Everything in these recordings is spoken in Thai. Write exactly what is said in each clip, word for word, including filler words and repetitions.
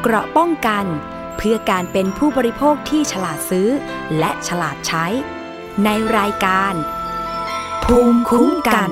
เกราะป้องกันเพื่อการเป็นผู้บริโภคที่ฉลาดซื้อและฉลาดใช้ในรายการภูมิคุ้มกัน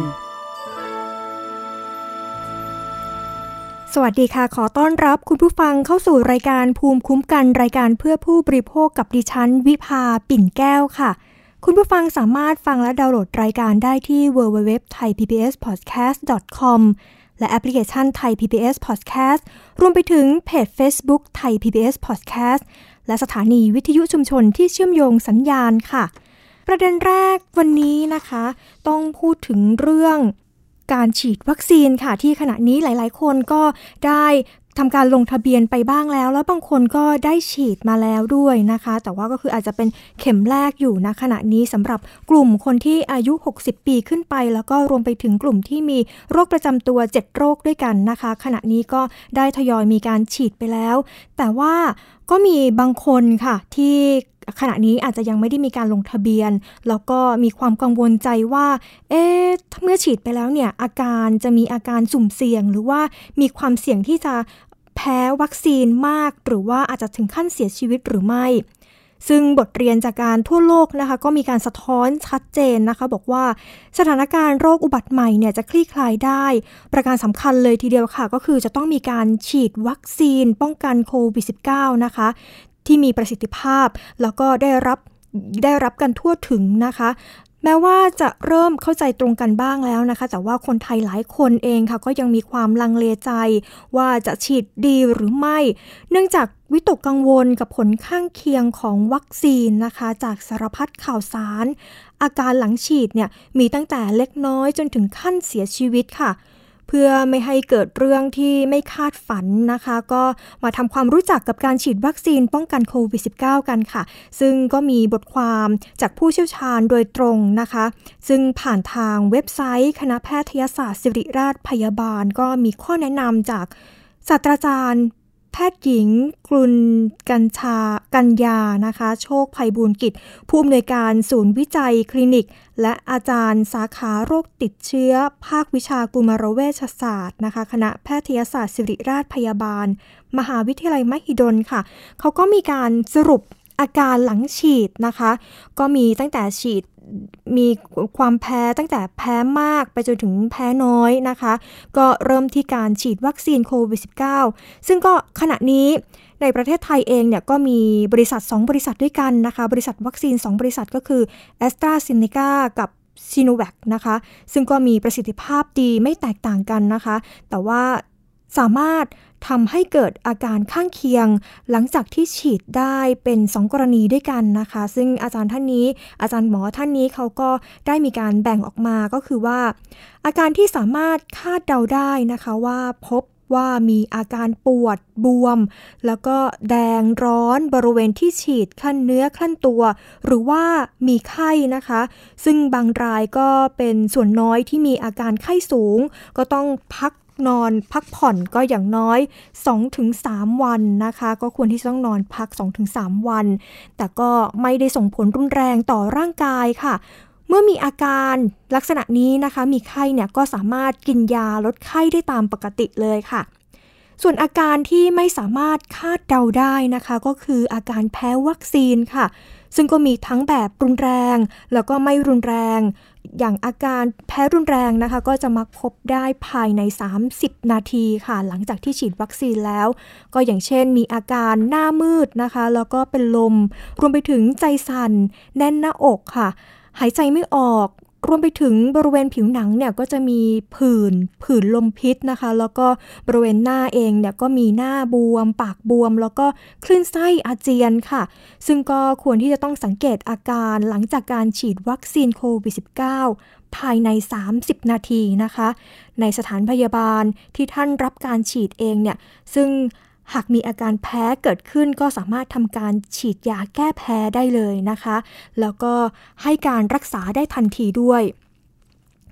สวัสดีค่ะขอต้อนรับคุณผู้ฟังเข้าสู่รายการภูมิคุ้มกันรายการเพื่อผู้บริโภคกับดิฉันวิภาปิ่นแก้วค่ะคุณผู้ฟังสามารถฟังและดาวน์โหลดรายการได้ที่ ดับเบิลยู ดับเบิลยู ดับเบิลยู ดอท ไทย พี บี เอส พอดแคสต์ ดอท คอม และแอปพลิเคชัน Thai พี บี เอส Podcast รวมไปถึงเพจ Facebook Thai พี บี เอส Podcast และสถานีวิทยุชุมชนที่เชื่อมโยงสัญญาณค่ะประเด็นแรกวันนี้นะคะต้องพูดถึงเรื่องการฉีดวัคซีนค่ะที่ขณะนี้หลายๆคนก็ได้ทำการลงทะเบียนไปบ้างแล้วแล้วบางคนก็ได้ฉีดมาแล้วด้วยนะคะแต่ว่าก็คืออาจจะเป็นเข็มแรกอยู่นะขณะนี้สำหรับกลุ่มคนที่อายุหกสิบปีขึ้นไปแล้วก็รวมไปถึงกลุ่มที่มีโรคประจำตัวเจ็ดโรคด้วยกันนะคะขณะนี้ก็ได้ทยอยมีการฉีดไปแล้วแต่ว่าก็มีบางคนค่ะที่ขณะนี้อาจจะยังไม่ได้มีการลงทะเบียนแล้วก็มีความกังวลใจว่าเอ๊ะเมื่อฉีดไปแล้วเนี่ยอาการจะมีอาการสุ่มเสี่ยงหรือว่ามีความเสี่ยงที่จะแพ้วัคซีนมากหรือว่าอาจจะถึงขั้นเสียชีวิตหรือไม่ซึ่งบทเรียนจากการทั่วโลกนะคะก็มีการสะท้อนชัดเจนนะคะบอกว่าสถานการณ์โรคอุบัติใหม่เนี่ยจะคลี่คลายได้ประการสำคัญเลยทีเดียวค่ะก็คือจะต้องมีการฉีดวัคซีนป้องกันโควิด สิบเก้า นะคะที่มีประสิทธิภาพแล้วก็ได้รับได้รับกันทั่วถึงนะคะแม้ว่าจะเริ่มเข้าใจตรงกันบ้างแล้วนะคะแต่ว่าคนไทยหลายคนเองค่ะก็ยังมีความลังเลใจว่าจะฉีดดีหรือไม่เนื่องจากวิตกกังวลกับผลข้างเคียงของวัคซีนนะคะจากสารพัดข่าวสารอาการหลังฉีดเนี่ยมีตั้งแต่เล็กน้อยจนถึงขั้นเสียชีวิตค่ะเพื่อไม่ให้เกิดเรื่องที่ไม่คาดฝันนะคะก็มาทำความรู้จักกับการฉีดวัคซีนป้องกันโควิด สิบเก้า กันค่ะซึ่งก็มีบทความจากผู้เชี่ยวชาญโดยตรงนะคะซึ่งผ่านทางเว็บไซต์คณะแพทยศาสตร์ศิริราชพยาบาลก็มีข้อแนะนำจากศาสตราจารย์แพทย์หญิงกรุณกัญชากัญญานะคะโชคไพบูลย์กิจผู้อำนวยการศูนย์วิจัยคลินิกและอาจารย์สาขาโรคติดเชื้อภาควิชากุมารเวชศาสตร์นะคะคณะแพทยศาสตร์ศิริราชพยาบาลมหาวิทยาลัยมหิดลค่ะเขาก็มีการสรุปอาการหลังฉีดนะคะก็มีตั้งแต่ฉีดมีความแพ้ตั้งแต่แพ้มากไปจนถึงแพ้น้อยนะคะก็เริ่มที่การฉีดวัคซีนโควิด สิบเก้า ซึ่งก็ขณะนี้ในประเทศไทยเองเนี่ยก็มีบริษัทสองบริษัทด้วยกันนะคะบริษัทวัคซีนสองบริษัทก็คือ AstraZeneca กับ Sinovac นะคะซึ่งก็มีประสิทธิภาพดีไม่แตกต่างกันนะคะแต่ว่าสามารถทำให้เกิดอาการข้างเคียงหลังจากที่ฉีดได้เป็นสองกรณีด้วยกันนะคะซึ่งอาจารย์ท่านนี้อาจารย์หมอท่านนี้เขาก็ได้มีการแบ่งออกมาก็คือว่าอาการที่สามารถคาดเดาได้นะคะว่าพบว่ามีอาการปวดบวมแล้วก็แดงร้อนบริเวณที่ฉีดคลั่นเนื้อคลั่นตัวหรือว่ามีไข้นะคะซึ่งบางรายก็เป็นส่วนน้อยที่มีอาการไข้สูงก็ต้องพักนอนพักผ่อนก็อย่างน้อย สองถึงสาม วันนะคะก็ควรที่จะต้องนอนพัก สองถึงสาม วันแต่ก็ไม่ได้ส่งผลรุนแรงต่อร่างกายค่ะเมื่อมีอาการลักษณะนี้นะคะมีไข้เนี่ยก็สามารถกินยาลดไข้ได้ตามปกติเลยค่ะส่วนอาการที่ไม่สามารถคาดเดาได้นะคะก็คืออาการแพ้วัคซีนค่ะซึ่งก็มีทั้งแบบรุนแรงแล้วก็ไม่รุนแรงอย่างอาการแพ้รุนแรงนะคะก็จะมักพบได้ภายในสามสิบนาทีค่ะหลังจากที่ฉีดวัคซีนแล้วก็อย่างเช่นมีอาการหน้ามืดนะคะแล้วก็เป็นลมรวมไปถึงใจสั่นแน่นหน้าอกค่ะหายใจไม่ออกรวมไปถึงบริเวณผิวหนังเนี่ยก็จะมีผื่นผื่นลมพิษนะคะแล้วก็บริเวณหน้าเองเนี่ยก็มีหน้าบวมปากบวมแล้วก็คลื่นไส้อาเจียนค่ะซึ่งก็ควรที่จะต้องสังเกตอาการหลังจากการฉีดวัคซีนโควิด สิบเก้า ภายในสามสิบนาทีนะคะในสถานพยาบาลที่ท่านรับการฉีดเองเนี่ยซึ่งหากมีอาการแพ้เกิดขึ้นก็สามารถทำการฉีดยาแก้แพ้ได้เลยนะคะแล้วก็ให้การรักษาได้ทันทีด้วย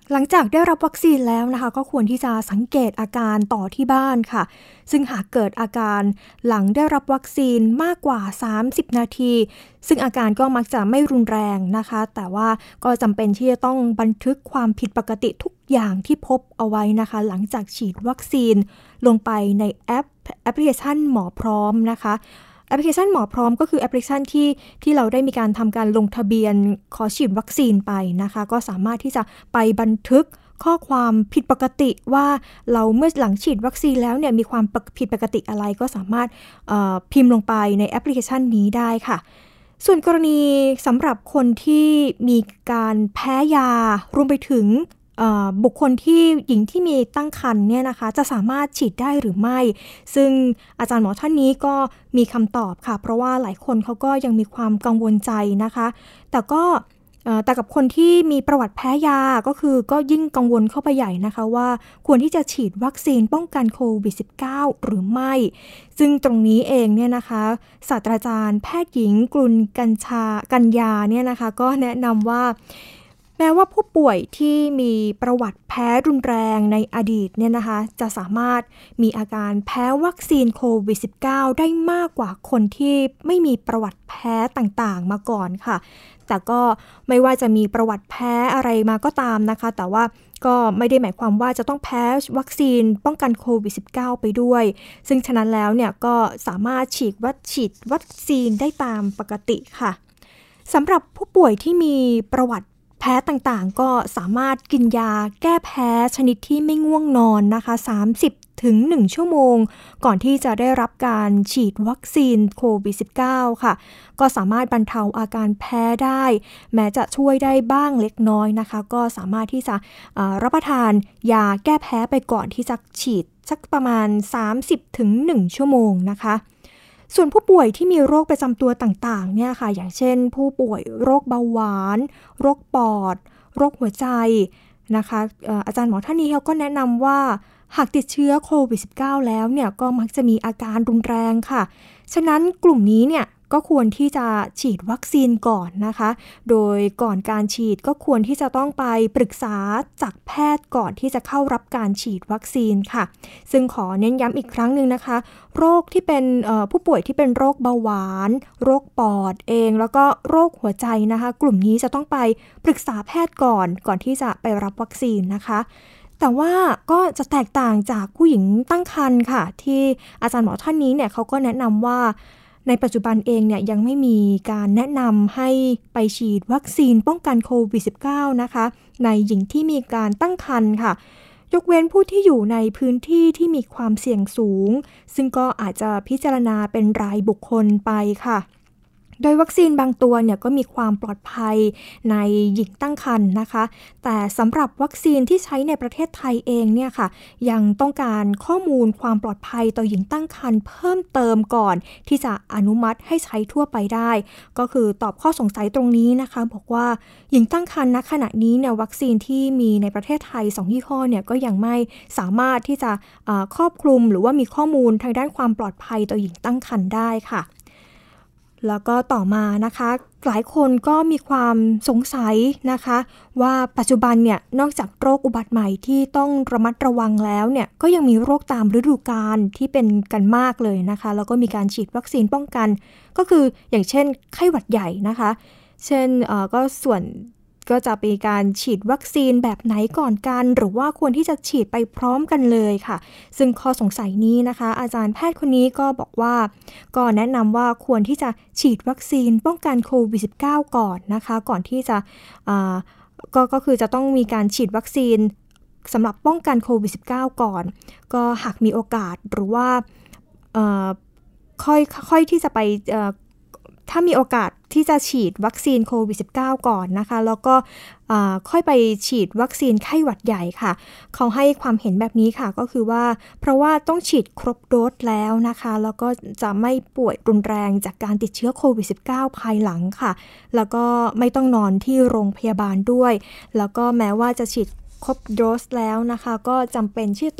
หลังจากได้รับวัคซีนแล้วนะคะก็ควรที่จะสังเกตอาการต่อที่บ้านค่ะซึ่งหากเกิดอาการหลังได้รับวัคซีนมากกว่าสามสิบนาทีซึ่งอาการก็มักจะไม่รุนแรงนะคะแต่ว่าก็จำเป็นที่จะต้องบันทึกความผิดปกติทุกอย่างที่พบเอาไว้นะคะหลังจากฉีดวัคซีนลงไปในแอปแอปพลิเคชันหมอพร้อมนะคะแอปพลิเคชันหมอพร้อมก็คือแอปพลิเคชันที่ที่เราได้มีการทำการลงทะเบียนขอฉีดวัคซีนไปนะคะก็สามารถที่จะไปบันทึกข้อความผิดปกติว่าเราเมื่อหลังฉีดวัคซีนแล้วเนี่ยมีความผิดปกติอะไรก็สามารถพิมพ์ลงไปในแอปพลิเคชันนี้ได้ค่ะส่วนกรณีสำหรับคนที่มีการแพ้ยารวมไปถึงบุคคลที่หญิงที่มีตั้งครรภ์เนี่ยนะคะจะสามารถฉีดได้หรือไม่ซึ่งอาจารย์หมอท่านนี้ก็มีคำตอบค่ะเพราะว่าหลายคนเขาก็ยังมีความกังวลใจนะคะแต่ก็แต่กับคนที่มีประวัติแพ้ยาก็คือก็ยิ่งกังวลเข้าไปใหญ่นะคะว่าควรที่จะฉีดวัคซีนป้องกันโควิด สิบเก้า หรือไม่ซึ่งตรงนี้เองเนี่ยนะคะศาสตราจารย์แพทย์หญิงกลุลกัญชากัญญาเนี่ยนะคะก็แนะนำว่าแม้ว่าผู้ป่วยที่มีประวัติแพ้รุนแรงในอดีตเนี่ยนะคะจะสามารถมีอาการแพ้วัคซีนโควิด สิบเก้า ได้มากกว่าคนที่ไม่มีประวัติแพ้ต่างๆมาก่อนค่ะแต่ก็ไม่ว่าจะมีประวัติแพ้อะไรมาก็ตามนะคะแต่ว่าก็ไม่ได้หมายความว่าจะต้องแพ้วัคซีนป้องกันโควิด สิบเก้า ไปด้วยซึ่งฉะนั้นแล้วเนี่ยก็สามารถฉีดวัคฉีดวัคซีนได้ตามปกติค่ะสำหรับผู้ป่วยที่มีประวัติแพ้ต่างๆก็สามารถกินยาแก้แพ้ชนิดที่ไม่ง่วงนอนนะคะสามสิบถึงหนึ่งชั่วโมงก่อนที่จะได้รับการฉีดวัคซีนโควิด สิบเก้า ค่ะก็สามารถบรรเทาอาการแพ้ได้แม้จะช่วยได้บ้างเล็กน้อยนะคะก็สามารถที่จะรับประทานยาแก้แพ้ไปก่อนที่จะฉีดสักประมาณ สามสิบถึงหนึ่งชั่วโมงนะคะส่วนผู้ป่วยที่มีโรคประจำตัวต่างๆเนี่ยค่ะอย่างเช่นผู้ป่วยโรคเบาหวานโรคปอดโรคหัวใจนะคะอาจารย์หมอท่านนี้เขาก็แนะนำว่าหากติดเชื้อโควิด สิบเก้า แล้วเนี่ยก็มักจะมีอาการรุนแรงค่ะฉะนั้นกลุ่มนี้เนี่ยก็ควรที่จะฉีดวัคซีนก่อนนะคะโดยก่อนการฉีดก็ควรที่จะต้องไปปรึกษาจากแพทย์ก่อนที่จะเข้ารับการฉีดวัคซีนค่ะซึ่งขอเน้นย้ำอีกครั้งนึงนะคะโรคที่เป็นผู้ป่วยที่เป็นโรคเบาหวานโรคปอดเองแล้วก็โรคหัวใจนะคะกลุ่มนี้จะต้องไปปรึกษาแพทย์ก่อนก่อนที่จะไปรับวัคซีนนะคะแต่ว่าก็จะแตกต่างจากผู้หญิงตั้งครรภ์ค่ะที่อาจารย์หมอท่านนี้เนี่ยเขาก็แนะนำว่าในปัจจุบันเองเนี่ยยังไม่มีการแนะนำให้ไปฉีดวัคซีนป้องกันโควิด สิบเก้า นะคะในหญิงที่มีการตั้งครรภ์ค่ะยกเว้นผู้ที่อยู่ในพื้นที่ที่มีความเสี่ยงสูงซึ่งก็อาจจะพิจารณาเป็นรายบุคคลไปค่ะโดยวัคซีนบางตัวเนี่ยก็มีความปลอดภัยในหญิงตั้งครรภ์นะคะแต่สำหรับวัคซีนที่ใช้ในประเทศไทยเองเนี่ยค่ะยังต้องการข้อมูลความปลอดภัยต่อหญิงตั้งครรภ์เพิ่มเติมก่อนที่จะอนุมัติให้ใช้ทั่วไปได้ก็คือตอบข้อสงสัยตรงนี้นะคะบอกว่าหญิงตั้งครรภ์ณขณะนี้เนี่ยวัคซีนที่มีในประเทศไทยสองยี่ห้อเนี่ยก็ยังไม่สามารถที่จะครอบคลุมหรือว่ามีข้อมูลทางด้านความปลอดภัยต่อหญิงตั้งครรภ์ได้ค่ะแล้วก็ต่อมานะคะหลายคนก็มีความสงสัยนะคะว่าปัจจุบันเนี่ยนอกจากโรคอุบัติใหม่ที่ต้องระมัดระวังแล้วเนี่ยก็ยังมีโรคตามฤดูกาลที่เป็นกันมากเลยนะคะแล้วก็มีการฉีดวัคซีนป้องกันก็คืออย่างเช่นไข้หวัดใหญ่นะคะเช่นเอ่อก็ส่วนก็จะเป็นการฉีดวัคซีนแบบไหนก่อนกันหรือว่าควรที่จะฉีดไปพร้อมกันเลยค่ะซึ่งข้อสงสัยนี้นะคะอาจารย์แพทย์คนนี้ก็บอกว่าก็แนะนำว่าควรที่จะฉีดวัคซีนป้องกันโควิด สิบเก้า ก่อนนะคะก่อนที่จะอ่าก็ก็คือจะต้องมีการฉีดวัคซีนสำหรับป้องกันโควิด สิบเก้า ก่อนก็หากมีโอกาสหรือว่าเอ่อค่อยค่อยที่จะไปเอ่อถ้ามีโอกาสที่จะฉีดวัคซีนโควิด สิบเก้า ก่อนนะคะแล้วก็ค่อยไปฉีดวัคซีนไข้หวัดใหญ่ค่ะเขาให้ความเห็นแบบนี้ค่ะก็คือว่าเพราะว่าต้องฉีดครบโดสแล้วนะคะแล้วก็จะไม่ป่วยรุนแรงจากการติดเชื้อโควิด สิบเก้า ภายหลังค่ะแล้วก็ไม่ต้องนอนที่โรงพยาบาลด้วยแล้วก็แม้ว่าจะฉีดครบโดสแล้วนะคะก็จำเป็นที่ต้อง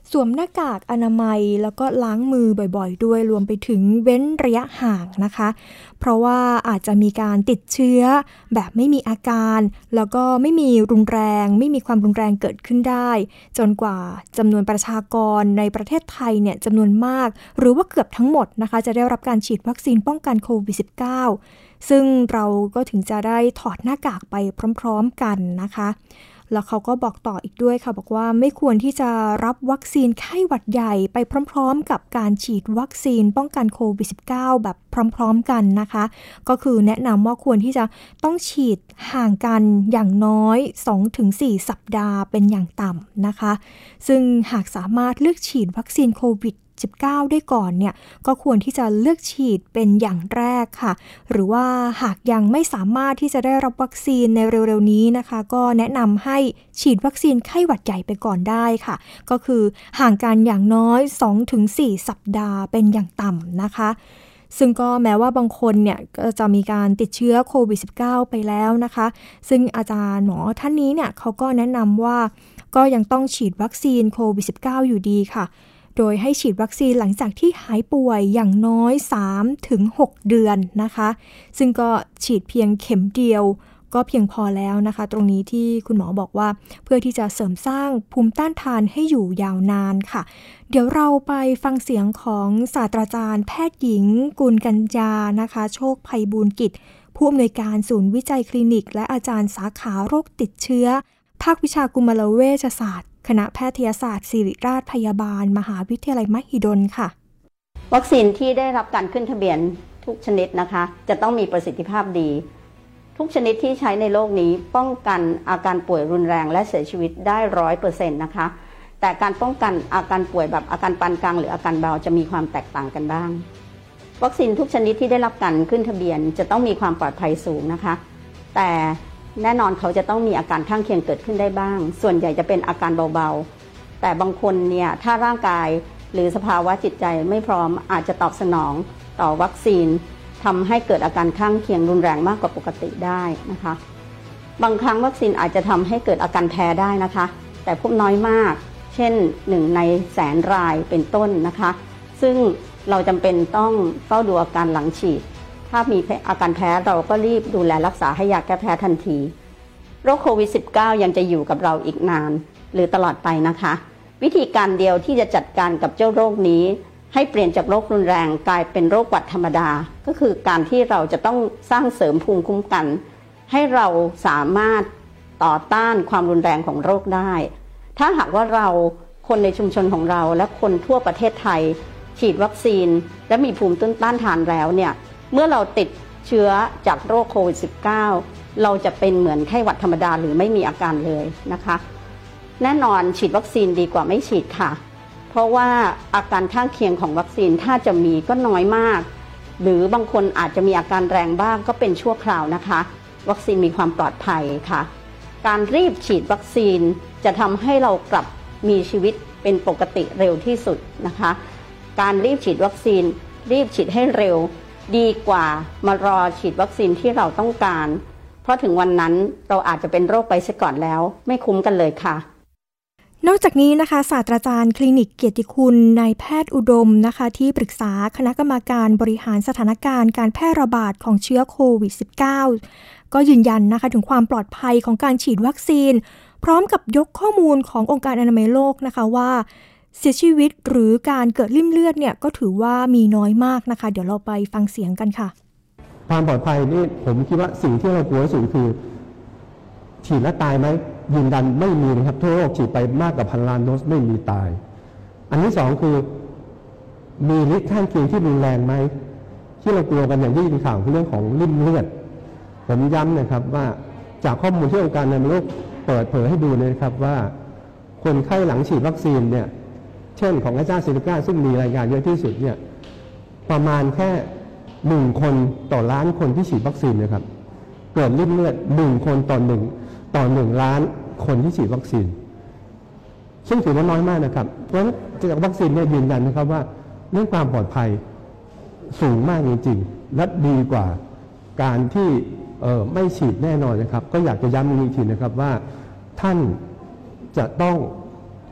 สวมหน้ากากอนามัยแล้วก็ล้างมือบ่อยๆด้วยรวมไปถึงเว้นระยะห่างนะคะเพราะว่าอาจจะมีการติดเชื้อแบบไม่มีอาการแล้วก็ไม่มีรุนแรงไม่มีความรุนแรงเกิดขึ้นได้จนกว่าจำนวนประชากรในประเทศไทยเนี่ยจำนวนมากหรือว่าเกือบทั้งหมดนะคะจะได้รับการฉีดวัคซีนป้องกันโควิด สิบเก้า ซึ่งเราก็ถึงจะได้ถอดหน้ากากไปพร้อมๆกันนะคะแล้วเขาก็บอกต่ออีกด้วยค่ะบอกว่าไม่ควรที่จะรับวัคซีนไข้หวัดใหญ่ไปพร้อมๆกับการฉีดวัคซีนป้องกันโควิด สิบเก้า แบบพร้อมๆกันนะคะก็คือแนะนำว่าควรที่จะต้องฉีดห่างกันอย่างน้อย สองถึงสี่ สัปดาห์เป็นอย่างต่ำนะคะซึ่งหากสามารถเลือกฉีดวัคซีนโควิดสิบเก้า ได้ก่อนเนี่ยก็ควรที่จะเลือกฉีดเป็นอย่างแรกค่ะหรือว่าหากยังไม่สามารถที่จะได้รับวัคซีนในเร็วๆนี้นะคะก็แนะนำให้ฉีดวัคซีนไข้หวัดใหญ่ไปก่อนได้ค่ะก็คือห่างกันอย่างน้อย สองถึงสี่ สัปดาห์เป็นอย่างต่ำนะคะซึ่งก็แม้ว่าบางคนเนี่ยก็จะมีการติดเชื้อโควิด สิบเก้า ไปแล้วนะคะซึ่งอาจารย์หมอท่านนี้เนี่ยเขาก็แนะนำว่าก็ยังต้องฉีดวัคซีนโควิด สิบเก้า อยู่ดีค่ะโดยให้ฉีดวัคซีนหลังจากที่หายป่วยอย่างน้อย สามถึงหก เดือนนะคะซึ่งก็ฉีดเพียงเข็มเดียวก็เพียงพอแล้วนะคะตรงนี้ที่คุณหมอบอกว่าเพื่อที่จะเสริมสร้างภูมิต้านทานให้อยู่ยาวนานค่ะเดี๋ยวเราไปฟังเสียงของศาสตราจารย์แพทย์หญิงกุลกัญญานะคะโชคไพบูลย์กิจผู้อำนวยการศูนย์วิจัยคลินิกและอาจารย์สาขาโรคติดเชื้อภาควิชากุมารเวชศาสตร์คณะแพทยศาสตร์ศิริราชพยาบาลมหาวิทยาลัยมหิดลค่ะวัคซีนที่ได้รับการขึ้นทะเบียนทุกชนิดนะคะจะต้องมีประสิทธิภาพดีทุกชนิดที่ใช้ในโลกนี้ป้องกันอาการป่วยรุนแรงและเสียชีวิตได้ ร้อยเปอร์เซ็นต์ นะคะแต่การป้องกันอาการป่วยแบบอาการปานกลางหรืออาการเบาจะมีความแตกต่างกันบ้างวัคซีนทุกชนิดที่ได้รับการขึ้นทะเบียนจะต้องมีความปลอดภัยสูงนะคะแต่แน่นอนเขาจะต้องมีอาการข้างเคียงเกิดขึ้นได้บ้างส่วนใหญ่จะเป็นอาการเบาๆแต่บางคนเนี่ยถ้าร่างกายหรือสภาวะจิตใจไม่พร้อมอาจจะตอบสนองต่อวัคซีนทำให้เกิดอาการข้างเคียงรุนแรงมากกว่าปกติได้นะคะบางครั้งวัคซีนอาจจะทำให้เกิดอาการแพ้ได้นะคะแต่พบน้อยมากเช่นหนึ่งในแสนรายเป็นต้นนะคะซึ่งเราจำเป็นต้องเฝ้าดูอาการหลังฉีดถ้ามีอาการแพ้เราก็รีบดูแลรักษาให้ยาแก้แพ้ทันทีโรคโควิด สิบเก้า ยังจะอยู่กับเราอีกนานหรือตลอดไปนะคะวิธีการเดียวที่จะจัดการกับเจ้าโรคนี้ให้เปลี่ยนจากโรครุนแรงกลายเป็นโรคหวัดธรรมดาก็คือการที่เราจะต้องสร้างเสริมภูมิคุ้มกันให้เราสามารถต่อต้านความรุนแรงของโรคได้ถ้าหากว่าเราคนในชุมชนของเราและคนทั่วประเทศไทยฉีดวัคซีนและมีภูมิต้านทานแล้วเนี่ยเมื่อเราติดเชื้อจากโรคโควิด สิบเก้า เราจะเป็นเหมือนไข้หวัดธรรมดาหรือไม่มีอาการเลยนะคะแน่นอนฉีดวัคซีนดีกว่าไม่ฉีดค่ะเพราะว่าอาการข้างเคียงของวัคซีนถ้าจะมีก็น้อยมากหรือบางคนอาจจะมีอาการแรงบ้างก็เป็นชั่วคราวนะคะวัคซีนมีความปลอดภัยค่ะการรีบฉีดวัคซีนจะทำให้เรากลับมีชีวิตเป็นปกติเร็วที่สุดนะคะการรีบฉีดวัคซีนรีบฉีดให้เร็วดีกว่ามารอฉีดวัคซีนที่เราต้องการเพราะถึงวันนั้นเราอาจจะเป็นโรคไปซะก่อนแล้วไม่คุ้มกันเลยค่ะนอกจากนี้นะคะศาสตราจารย์คลินิกเกียรติคุณนายแพทย์อุดมนะคะที่ปรึกษาคณะกรรมการบริหารสถานการณ์การแพร่ระบาดของเชื้อโควิด สิบเก้า ก็ยืนยันนะคะถึงความปลอดภัยของการฉีดวัคซีนพร้อมกับยกข้อมูลขององค์การอนามัยโลกนะคะว่าเสียชีวิตหรือการเกิดริ่มเลือดเนี่ยก็ถือว่ามีน้อยมากนะคะเดี๋ยวเราไปฟังเสียงกันค่ะความปลอดภัยนี่ผมคิดว่าสิ่งที่เรากลัวที่สุดคือฉีดแล้วตายไหมยืนยันไม่มีนะครับทั่วโลกฉีดไปมากกว่าพันล้านโดสไม่มีตายอันที่สองคือมีฤทธิ์ข้างเคียงที่รุนแรงไหมที่เรากลัวกันอย่างที่ยินข่าวคือเรื่องของริ่มเลือดผมย้ำนะครับว่าจากข้อมูลที่องค์การอนามัยโลกเปิดเผยให้ดูเลยครับว่าคนไข้หลังฉีดวัคซีนเนี่ยเช่นของแอสตราเซเนกาซึ่งมีรายงานเยอะที่สุดเนี่ยประมาณแค่หนึ่งคนต่อล้านคนที่ฉีดวัคซีนนะครับเกิดริ่มเลือดหนึ่งคนต่อหนึ่งต่อหนึ่งล้านคนที่ฉีดวัคซีนซึ่งถือว่าน้อยมากนะครับเพราะฉะนั้นจากวัคซีนเนี่ยยืนยันนะครับว่าเรื่องความปลอดภัยสูงมากจริงๆและดีกว่าการที่เอ่อไม่ฉีดแน่นอนนะครับก็อยากจะย้ำอีกทีนะครับว่าท่านจะต้อง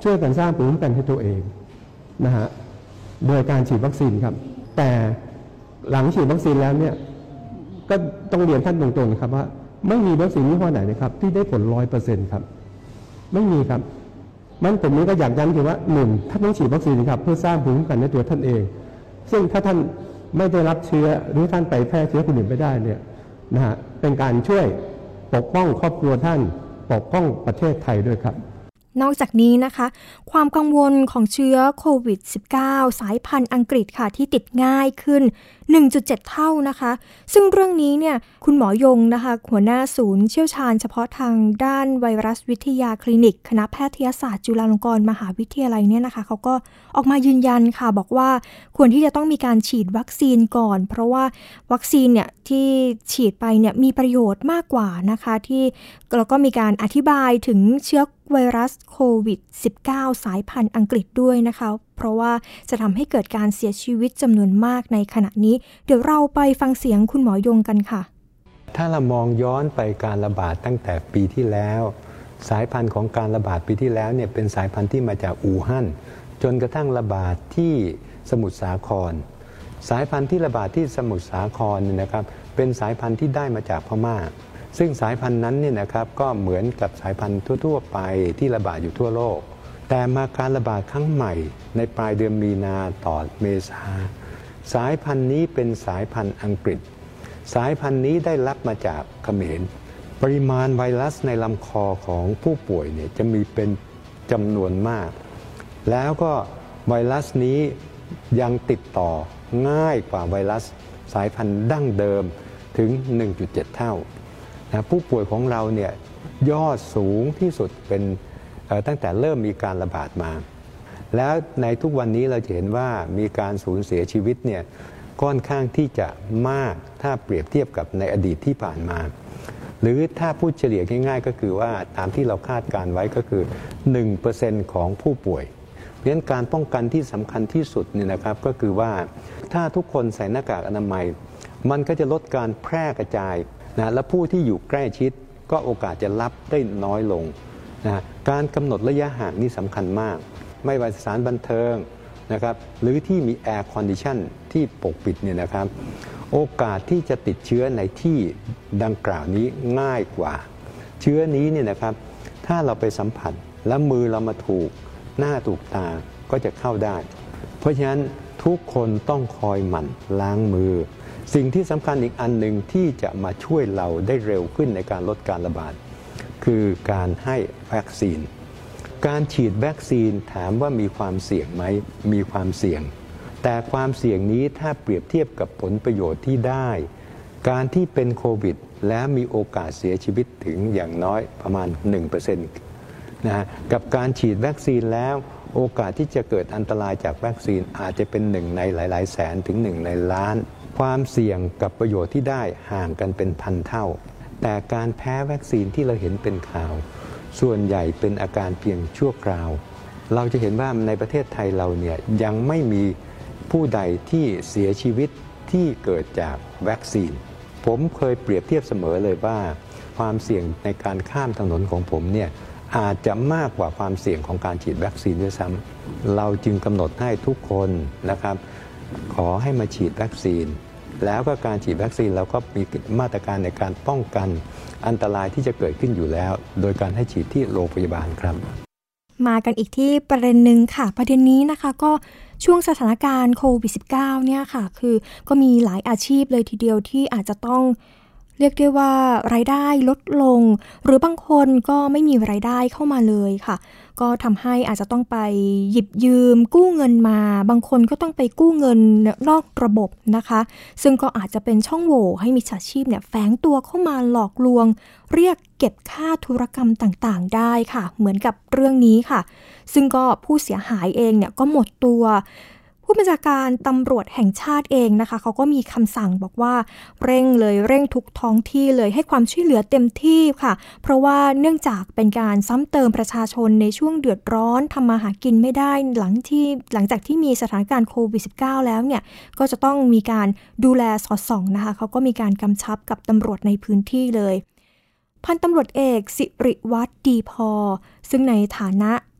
ช่วยกันสร้างภูมิคุ้มกันให้ตัวเองนะฮะโดยการฉีดวัคซีนครับแต่หลังฉีดวัคซีนแล้วเนี่ยก็ต้องเรียนท่านตรงๆครับว่าไม่มีวัคซีนยี่ห้อไหนนะครับที่ได้ผลร้อยเปอร์เซ็นต์ครับไม่มีครับมันผมนี้ก็อยากย้ำถึงว่าหนึ่งท่านต้องฉีดวัคซีนครับเพื่อสร้างภูมิคุ้มกันในตัวท่านเองซึ่งถ้าท่านไม่ได้รับเชื้อหรือท่านไปแพร่เชื้อคนอื่นไม่ได้เนี่ยนะฮะเป็นการช่วยปกป้องครอบครัวท่านปกป้องประเทศไทยด้วยครับนอกจากนี้นะคะความกังวลของเชื้อโควิด สิบเก้า สายพันธุ์อังกฤษค่ะที่ติดง่ายขึ้น หนึ่งจุดเจ็ด เท่านะคะซึ่งเรื่องนี้เนี่ยคุณหมอยงนะคะหัวหน้าศูนย์เชี่ยวชาญเฉพาะทางด้านไวรัสวิทยาคลินิกคณะแพทยศาสตร์จุฬาลงกรณ์มหาวิทยาลัยเนี่ยนะคะเขาก็ออกมายืนยันค่ะบอกว่าควรที่จะต้องมีการฉีดวัคซีนก่อนเพราะว่าวัคซีนเนี่ยที่ฉีดไปเนี่ยมีประโยชน์มากกว่านะคะที่แล้วก็มีการอธิบายถึงเชื้อไวรัสโควิด สิบเก้า สายพันธุ์อังกฤษด้วยนะคะเพราะว่าจะทำให้เกิดการเสียชีวิตจำนวนมากในขณะนี้เดี๋ยวเราไปฟังเสียงคุณหมอยงกันค่ะถ้าเรามองย้อนไปการระบาดตั้งแต่ปีที่แล้วสายพันธุ์ของการระบาดปีที่แล้วเนี่ยเป็นสายพันธุ์ที่มาจากอู่ฮั่นจนกระทั่งระบาดที่สมุทรสาครสายพันธุ์ที่ระบาดที่สมุทรสาครเนี่ยนะครับเป็นสายพันธุ์ที่ได้มาจากพม่าซึ่งสายพันธุ์นั้นเนี่ยนะครับก็เหมือนกับสายพันธุ์ทั่วๆไปที่ระบาดอยู่ทั่วโลกแต่มาการระบาดครั้งใหม่ในปลายเดือนมีนาต่อเมษาสายพันธุ์นี้เป็นสายพันธุ์อังกฤษสายพันธุ์นี้ได้รับมาจากเขมรปริมาณไวรัสในลำคอของผู้ป่วยเนี่ยจะมีเป็นจำนวนมากแล้วก็ไวรัสนี้ยังติดต่อง่ายกว่าไวรัสสายพันธุ์ดั้งเดิมถึง หนึ่งจุดเจ็ด เท่านะผู้ป่วยของเราเนี่ยยอดสูงที่สุดเป็นตั้งแต่เริ่มมีการระบาดมาแล้วในทุกวันนี้เราจะเห็นว่ามีการสูญเสียชีวิตเนี่ยค่อนข้างที่จะมากถ้าเปรียบเทียบกับในอดีตที่ผ่านมาหรือถ้าพูดเฉลี่ยง่ายๆก็คือว่าตามที่เราคาดการไว้ก็คือ หนึ่งเปอร์เซ็นต์ ของผู้ป่วยเพราะฉะนั้นการป้องกันที่สำคัญที่สุดเนี่ยนะครับก็คือว่าถ้าทุกคนใส่หน้ากากอนามัยมันก็จะลดการแพร่กระจายนะและผู้ที่อยู่ใกล้ชิดก็โอกาสจะรับได้น้อยลงนะการกำหนดระยะห่างนี่สำคัญมากไม่ว่าสถานบันเทิงนะครับหรือที่มีแอร์คอนดิชันที่ปกปิดเนี่ยนะครับโอกาสที่จะติดเชื้อในที่ดังกล่าวนี้ง่ายกว่าเชื้อนี้เนี่ยนะครับถ้าเราไปสัมผัสแล้วมือเรามาถูกหน้าถูกตาก็จะเข้าได้เพราะฉะนั้นทุกคนต้องคอยหมั่นล้างมือสิ่งที่สำคัญอีกอันหนึ่งที่จะมาช่วยเราได้เร็วขึ้นในการลดการระบาดคือการให้วัคซีนการฉีดวัคซีนถามว่ามีความเสี่ยงไหมมีความเสี่ยงแต่ความเสี่ยงนี้ถ้าเปรียบเทียบกับผลประโยชน์ที่ได้การที่เป็นโควิดแล้วมีโอกาสเสียชีวิตถึงอย่างน้อยประมาณ หนึ่งเปอร์เซ็นต์ นะฮะกับการฉีดวัคซีนแล้วโอกาสที่จะเกิดอันตรายจากวัคซีนอาจจะเป็นหนึ่งในหลายๆแสนถึงหนึ่งในล้านความเสี่ยงกับประโยชน์ที่ได้ห่างกันเป็นพันเท่าแต่การแพ้วัคซีนที่เราเห็นเป็นข่าวส่วนใหญ่เป็นอาการเพียงชั่วคราวเราจะเห็นว่าในประเทศไทยเราเนี่ยยังไม่มีผู้ใดที่เสียชีวิตที่เกิดจากวัคซีนผมเคยเปรียบเทียบเสมอเลยว่าความเสี่ยงในการข้ามถนนของผมเนี่ยอาจจะมากกว่าความเสี่ยงของการฉีดวัคซีนด้วยซ้ำเราจึงกำหนดให้ทุกคนนะครับขอให้มาฉีดวัคซีนแล้วก็การฉีดวัคซีนเราก็มีมาตรการในการป้องกันอันตรายที่จะเกิดขึ้นอยู่แล้วโดยการให้ฉีดที่โรงพยาบาลครับมากันอีกที่ประเด็นหนึ่งค่ะประเด็นนี้นะคะก็ช่วงสถานการณ์โควิด สิบเก้า เนี่ยค่ะคือก็มีหลายอาชีพเลยทีเดียวที่อาจจะต้องเรียกได้ว่ารายได้ลดลงหรือบางคนก็ไม่มีรายได้เข้ามาเลยค่ะก็ทำให้อาจจะต้องไปหยิบยืมกู้เงินมาบางคนก็ต้องไปกู้เงินนอกระบบนะคะซึ่งก็อาจจะเป็นช่องโหว่ให้มิจฉาชีพเนี่ยแฝงตัวเข้ามาหลอกลวงเรียกเก็บค่าธุรกรรมต่างๆได้ค่ะเหมือนกับเรื่องนี้ค่ะซึ่งก็ผู้เสียหายเองเนี่ยก็หมดตัวผู้บัญชาการตำรวจแห่งชาติเองนะคะเขาก็มีคำสั่งบอกว่าเร่งเลยเร่งทุกท้องที่เลยให้ความช่วยเหลือเต็มที่ค่ะเพราะว่าเนื่องจากเป็นการซ้ำเติมประชาชนในช่วงเดือดร้อนทำมาหากินไม่ได้หลังที่หลังจากที่มีสถานการณ์โควิด สิบเก้า แล้วเนี่ยก็จะต้องมีการดูแลสอดส่องนะคะเขาก็มีการกำชับกับตำรวจในพื้นที่เลยพันตำรวจเอกสิริวัฒน์ดีพอซึ่งในฐานะ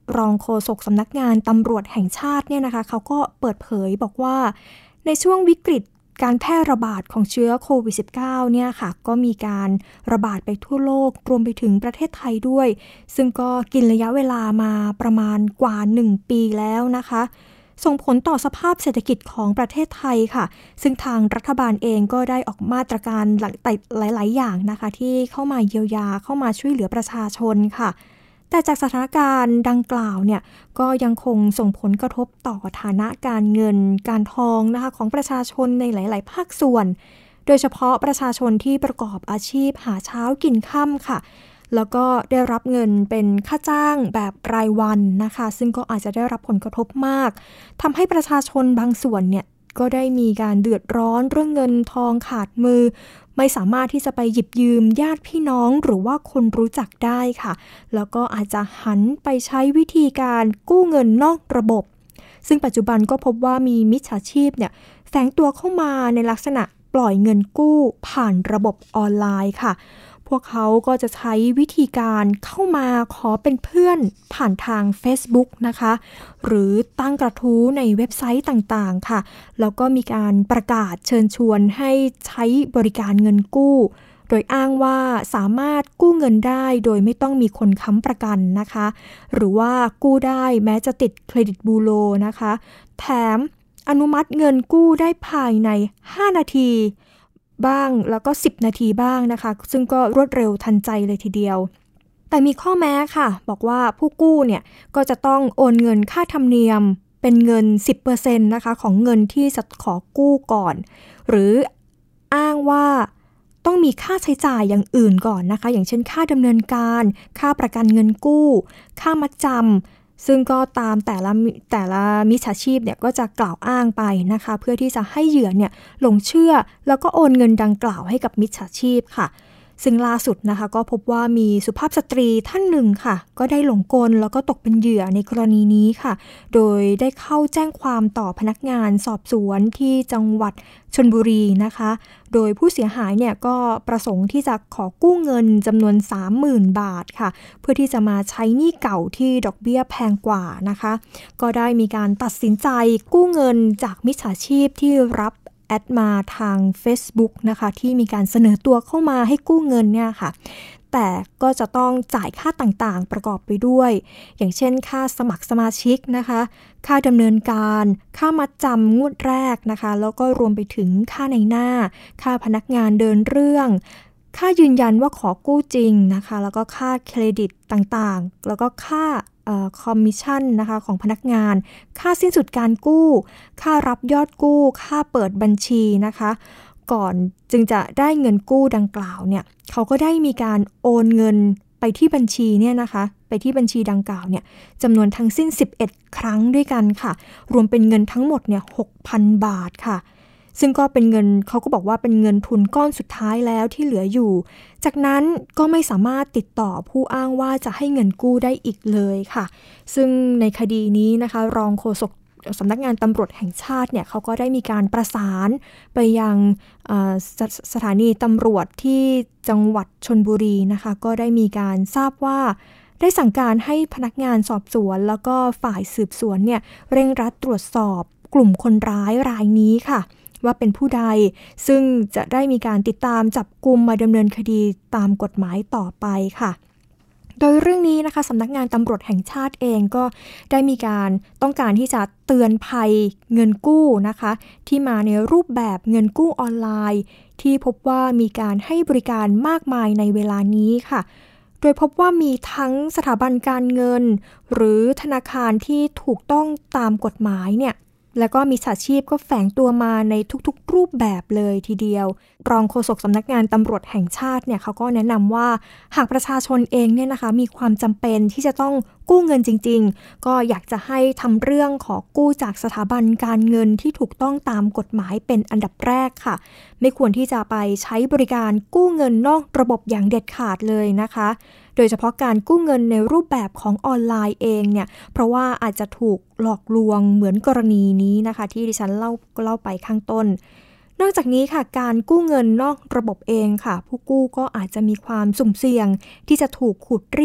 รองโฆษกสำนักงานตำรวจแห่งชาติเนี่ยนะคะเขาก็เปิดเผยบอกว่าในช่วงวิกฤตการแพร่ระบาดของเชื้อโควิด สิบเก้า เนี่ยค่ะก็มีการระบาดไปทั่วโลกรวมไปถึงประเทศไทยด้วยซึ่งก็กินระยะเวลามาประมาณกว่าหนึ่งปีแล้วนะคะส่งผลต่อสภาพเศรษฐกิจของประเทศไทยค่ะซึ่งทางรัฐบาลเองก็ได้ออกมาตรการหลายๆอย่างนะคะที่เข้ามาเยียวยาเข้ามาช่วยเหลือประชาชนค่ะแต่จากสถานการณ์ดังกล่าวเนี่ยก็ยังคงส่งผลกระทบต่อฐานะการเงินการทองนะคะของประชาชนในหลายๆภาคส่วนโดยเฉพาะประชาชนที่ประกอบอาชีพหาเช้ากินค่ำค่ะแล้วก็ได้รับเงินเป็นค่าจ้างแบบรายวันนะคะซึ่งก็อาจจะได้รับผลกระทบมากทำให้ประชาชนบางส่วนเนี่ยก็ได้มีการเดือดร้อนเรื่องเงินทองขาดมือไม่สามารถที่จะไปหยิบยืมญาติพี่น้องหรือว่าคนรู้จักได้ค่ะแล้วก็อาจจะหันไปใช้วิธีการกู้เงินนอกระบบซึ่งปัจจุบันก็พบว่ามีมิจฉาชีพเนี่ยแฝงตัวเข้ามาในลักษณะปล่อยเงินกู้ผ่านระบบออนไลน์ค่ะพวกเขาก็จะใช้วิธีการเข้ามาขอเป็นเพื่อนผ่านทาง Facebook นะคะหรือตั้งกระทู้ในเว็บไซต์ต่างๆค่ะแล้วก็มีการประกาศเชิญชวนให้ใช้บริการเงินกู้โดยอ้างว่าสามารถกู้เงินได้โดยไม่ต้องมีคนค้ำประกันนะคะหรือว่ากู้ได้แม้จะติดเครดิตบูโรนะคะแถมอนุมัติเงินกู้ได้ภายในห้านาทีบ้างแล้วก็สิบนาทีบ้างนะคะซึ่งก็รวดเร็วทันใจเลยทีเดียวแต่มีข้อแม้ค่ะบอกว่าผู้กู้เนี่ยก็จะต้องโอนเงินค่าธรรมเนียมเป็นเงิน สิบเปอร์เซ็นต์ นะคะของเงินที่จะขอกู้ก่อนหรืออ้างว่าต้องมีค่าใช้จ่ายอย่างอื่นก่อนนะคะอย่างเช่นค่าดำเนินการค่าประกันเงินกู้ค่ามัดจำซึ่งก็ตามแต่ละแต่ละมิจฉาชีพเนี่ยก็จะกล่าวอ้างไปนะคะเพื่อที่จะให้เหยื่อเนี่ยหลงเชื่อแล้วก็โอนเงินดังกล่าวให้กับมิจฉาชีพค่ะซึ่งล่าสุดนะคะก็พบว่ามีสุภาพสตรีท่านหนึ่งค่ะก็ได้หลงกลแล้วก็ตกเป็นเหยื่อในกรณีนี้ค่ะโดยได้เข้าแจ้งความต่อพนักงานสอบสวนที่จังหวัดชลบุรีนะคะโดยผู้เสียหายเนี่ยก็ประสงค์ที่จะขอกู้เงินจำนวน สามหมื่น บาทค่ะเพื่อที่จะมาใช้หนี้เก่าที่ดอกเบี้ยแพงกว่านะคะก็ได้มีการตัดสินใจกู้เงินจากมิจฉาชีพที่รับแอดมาทาง Facebook นะคะที่มีการเสนอตัวเข้ามาให้กู้เงินเนี่ยค่ะแต่ก็จะต้องจ่ายค่าต่างๆประกอบไปด้วยอย่างเช่นค่าสมัครสมาชิกนะคะค่าดำเนินการค่ามัดจำงวดแรกนะคะแล้วก็รวมไปถึงค่าในหน้าค่าพนักงานเดินเรื่องค่ายืนยันว่าขอกู้จริงนะคะแล้วก็ค่าเครดิตต่างๆแล้วก็ค่าคอมมิชชั่นนะคะของพนักงานค่าสิ้นสุดการกู้ค่ารับยอดกู้ค่าเปิดบัญชีนะคะก่อนจึงจะได้เงินกู้ดังกล่าวเนี่ยเขาก็ได้มีการโอนเงินไปที่บัญชีเนี่ยนะคะไปที่บัญชีดังกล่าวเนี่ยจำนวนทั้งสิ้นสิบเอ็ดครั้งด้วยกันค่ะรวมเป็นเงินทั้งหมดเนี่ย หกพัน บาทค่ะซึ่งก็เป็นเงินเขาก็บอกว่าเป็นเงินทุนก้อนสุดท้ายแล้วที่เหลืออยู่จากนั้นก็ไม่สามารถติดต่อผู้อ้างว่าจะให้เงินกู้ได้อีกเลยค่ะซึ่งในคดีนี้นะคะรองโฆษกสำนักงานตำรวจแห่งชาติเนี่ยเขาก็ได้มีการประสานไปยังส, สถานีตำรวจที่จังหวัดชลบุรีนะคะก็ได้มีการทราบว่าได้สั่งการให้พนักงานสอบสวนแล้วก็ฝ่ายสืบสวนเนี่ยเร่งรัดตรวจสอบกลุ่มคนร้ายรายนี้ค่ะว่าเป็นผู้ใดซึ่งจะได้มีการติดตามจับกุมมาดำเนินคดีตามกฎหมายต่อไปค่ะโดยเรื่องนี้นะคะสำนักงานตำรวจแห่งชาติเองก็ได้มีการต้องการที่จะเตือนภัยเงินกู้นะคะที่มาในรูปแบบเงินกู้ออนไลน์ที่พบว่ามีการให้บริการมากมายในเวลานี้ค่ะโดยพบว่ามีทั้งสถาบันการเงินหรือธนาคารที่ถูกต้องตามกฎหมายเนี่ยแล้วก็มิจฉาชีพก็แฝงตัวมาในทุกๆรูปแบบเลยทีเดียวรองโฆษกสำนักงานตำรวจแห่งชาติเนี่ยเขาก็แนะนำว่าหากประชาชนเองเนี่ยนะคะมีความจำเป็นที่จะต้องกู้เงินจริงๆก็อยากจะให้ทำเรื่องขอกู้จากสถาบันการเงินที่ถูกต้องตามกฎหมายเป็นอันดับแรกค่ะไม่ควรที่จะไปใช้บริการกู้เงินนอกระบบอย่างเด็ดขาดเลยนะคะโดยเฉพาะการกู้เงินในรูปแบบของออนไลน์เองเนี่ยเพราะว่าอาจจะถูกหลอกลวงเหมือนกรณีนี้นะคะที่ดิฉันเล่าเล่าไปข้างต้นนอกจากนี้ค่ะการกู้เงินนอกระบบเองค่ะผู้กู้ก็อาจจะมีความสุ่มเสี่ยงที่จะถูกขูดรีด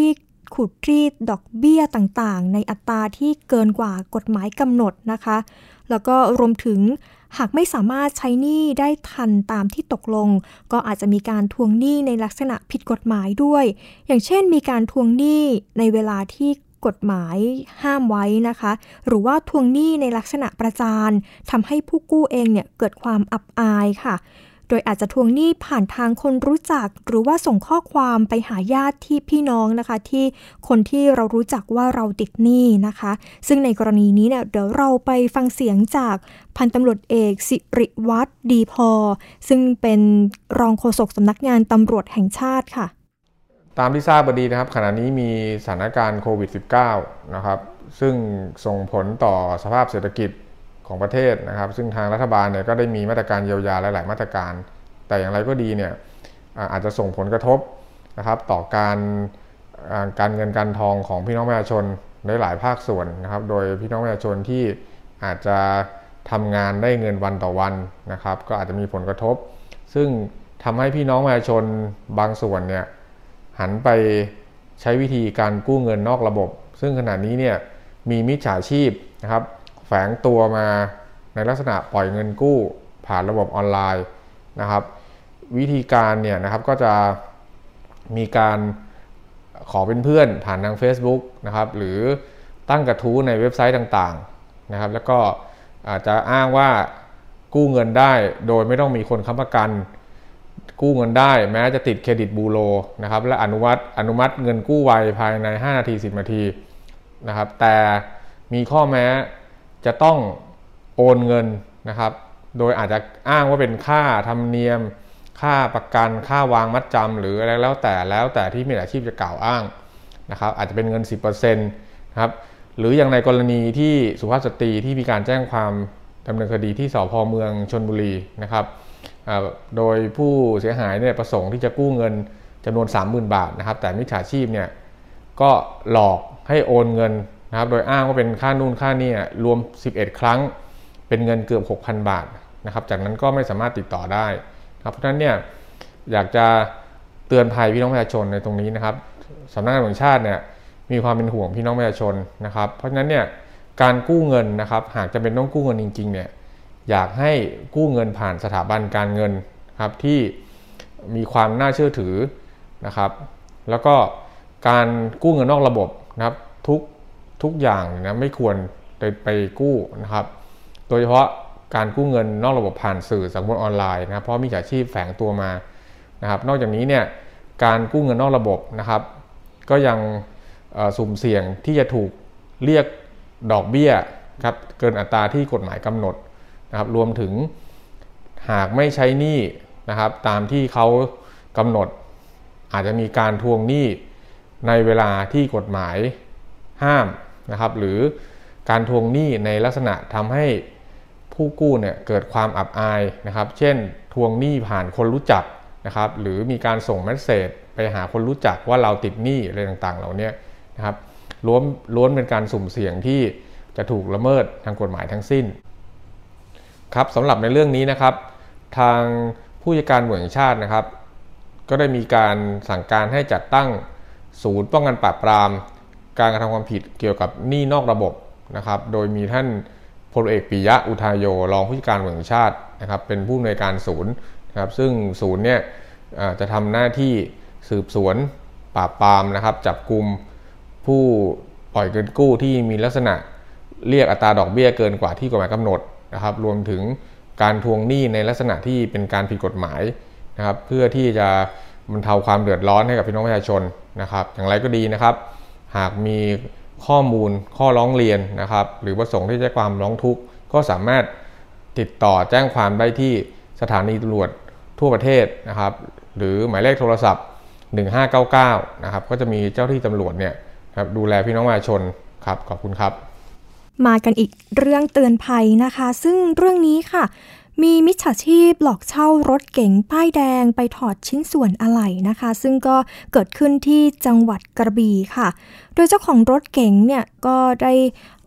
ขูดรีดดอกเบี้ยต่างๆในอัตราที่เกินกว่ากฎหมายกำหนดนะคะแล้วก็รวมถึงหากไม่สามารถใช้หนี้ได้ทันตามที่ตกลงก็อาจจะมีการทวงหนี้ในลักษณะผิดกฎหมายด้วยอย่างเช่นมีการทวงหนี้ในเวลาที่กฎหมายห้ามไว้นะคะหรือว่าทวงหนี้ในลักษณะประจานทำให้ผู้กู้เองเนี่ยเกิดความอับอายค่ะโดยอาจจะทวงหนี้ผ่านทางคนรู้จักหรือว่าส่งข้อความไปหาญาติที่พี่น้องนะคะที่คนที่เรารู้จักว่าเราติดหนี้นะคะซึ่งในกรณีนี้เนี่ยเดี๋ยวเราไปฟังเสียงจากพันตำรวจเอกสิริวัฒน์ดีพอซึ่งเป็นรองโฆษกสำนักงานตำรวจแห่งชาติค่ะตามที่ทราบดีนะครับขณะนี้มีสถานการณ์โควิด สิบเก้า นะครับซึ่งส่งผลต่อสภาพเศรษฐกิจของประเทศนะครับซึ่งทางรัฐบาลเนี่ยก็ได้มีมาตรการเยียวยาหลายๆมาตรการแต่อย่างไรก็ดีเนี่ยอาจจะส่งผลกระทบนะครับต่อการการเงินการทองของพี่น้องประชาชนในหลายภาคส่วนนะครับโดยพี่น้องประชาชนที่อาจจะทำงานได้เงินวันต่อวันนะครับก็อาจจะมีผลกระทบซึ่งทำให้พี่น้องประชาชนบางส่วนเนี่ยหันไปใช้วิธีการกู้เงินนอกระบบซึ่งขณะนี้เนี่ยมีมิจฉาชีพนะครับแฝงตัวมาในลักษณะปล่อยเงินกู้ผ่านระบบออนไลน์นะครับวิธีการเนี่ยนะครับก็จะมีการขอเป็นเพื่อนผ่านทาง Facebook นะครับหรือตั้งกระทู้ในเว็บไซต์ต่างๆนะครับแล้วก็อาจจะอ้างว่ากู้เงินได้โดยไม่ต้องมีคนค้ำประกันกู้เงินได้แม้จะติดเครดิตบูโรนะครับและอนุมัติอนุมัติเงินกู้ไวภายในห้านาทีสิบนาทีนะครับแต่มีข้อแม้จะต้องโอนเงินนะครับโดยอาจจะอ้างว่าเป็นค่าธรรมเนียมค่าประกันค่าวางมัดจำหรืออะไรแล้วแต่แล้วแต่ที่มิจฉาชีพจะกล่าวอ้างนะครับอาจจะเป็นเงิน สิบเปอร์เซ็นต์ นะครับหรืออย่างในกรณีที่สุภาพสตรีที่มีการแจ้งความดำเนินคดีที่สภ.เมืองชลบุรีนะครับโดยผู้เสียหายเนี่ยประสงค์ที่จะกู้เงินจำนวน สามหมื่น บาทนะครับแต่มิจฉาชีพเนี่ยก็หลอกให้โอนเงินนะครับโดยอ้างว่าเป็นค่านู่นค่านี่รวมสิบเอ็ดครั้งเป็นเงินเกือบ หกพัน บาทนะครับจากนั้นก็ไม่สามารถติดต่อได้ครับเพราะฉะนั้นเนี่ยอยากจะเตือนภัยพี่น้องประชาชนในตรงนี้นะครับสำนักงานตำรวจแห่งชาติเนี่ยมีความเป็นห่วงพี่น้องประชาชนนะครับเพราะฉะนั้นเนี่ยการกู้เงินนะครับหากจำเป็นต้องกู้เงินจริงๆเนี่ยอยากให้กู้เงินผ่านสถาบันการเงินครับที่มีความน่าเชื่อถือนะครับแล้วก็การกู้เงินนอกระบบนะครับทุกทุกอย่างนะไม่ควรไปไปกู้นะครับโดยเฉพาะการกู้เงินนอกระบบผ่านสื่อสังคมออนไลน์นะครับเพราะมิจฉาชีพแฝงตัวมานะครับนอกจากนี้เนี่ยการกู้เงินนอกระบบนะครับก็ยังสุ่มเสี่ยงที่จะถูกเรียกดอกเบี้ยครับเกินอัตราที่กฎหมายกำหนดนะครับรวมถึงหากไม่ใช้หนี้นะครับตามที่เขากำหนดอาจจะมีการทวงหนี้ในเวลาที่กฎหมายห้ามนะครับหรือการทวงหนี้ในลักษณะทำให้ผู้กู้เนี่ยเกิดความอับอายนะครับเช่นทวงหนี้ผ่านคนรู้จักนะครับหรือมีการส่งเมสเสจไปหาคนรู้จักว่าเราติดหนี้อะไรต่างๆเหล่านี้นะครับล้วนล้วนเป็นการสุ่มเสี่ยงที่จะถูกละเมิดทางกฎหมายทั้งสิ้นครับสำหรับในเรื่องนี้นะครับทางผู้จัดการตำรวจแห่งชาตินะครับก็ได้มีการสั่งการให้จัดตั้งศูนย์ป้องกันปราบปรามการกระทำความผิดเกี่ยวกับหนี้นอกระบบนะครับโดยมีท่านพลเอกปิยะอุทายโยรองผู้จัดการตำรวจแห่งชาตินะครับเป็นผู้อำนวยการศูนย์นะครับซึ่งศูนย์เนี่ยจะทำหน้าที่สืบสวนปราบปรามนะครับจับกุมผู้ปล่อยเงินกู้ที่มีลักษณะเรียกอัตราดอกเบี้ยเกินกว่าที่กฎหมายกำหนดนะครับรวมถึงการทวงหนี้ในลักษณะที่เป็นการผิดกฎหมายนะครับเพื่อที่จะบรรเทาความเดือดร้อนให้กับพี่น้องประชาชนนะครับอย่างไรก็ดีนะครับหากมีข้อมูลข้อร้องเรียนนะครับหรือประสงค์ที่จะแจ้งความร้องทุกข์ก็สามารถติดต่อแจ้งความได้ที่สถานีตำรวจทั่วประเทศนะครับหรือหมายเลขโทรศัพท์หนึ่งห้าเก้าเก้านะครับก็จะมีเจ้าที่ตำรวจเนี่ยครับดูแลพี่น้องประชาชนครับขอบคุณครับมากันอีกเรื่องเตือนภัยนะคะซึ่งเรื่องนี้ค่ะมีมิจฉาชีพหลอกเช่ารถเก๋งป้ายแดงไปถอดชิ้นส่วนอะไหล่นะคะซึ่งก็เกิดขึ้นที่จังหวัดกระบี่ค่ะโดยเจ้าของรถเก๋งเนี่ยก็ได้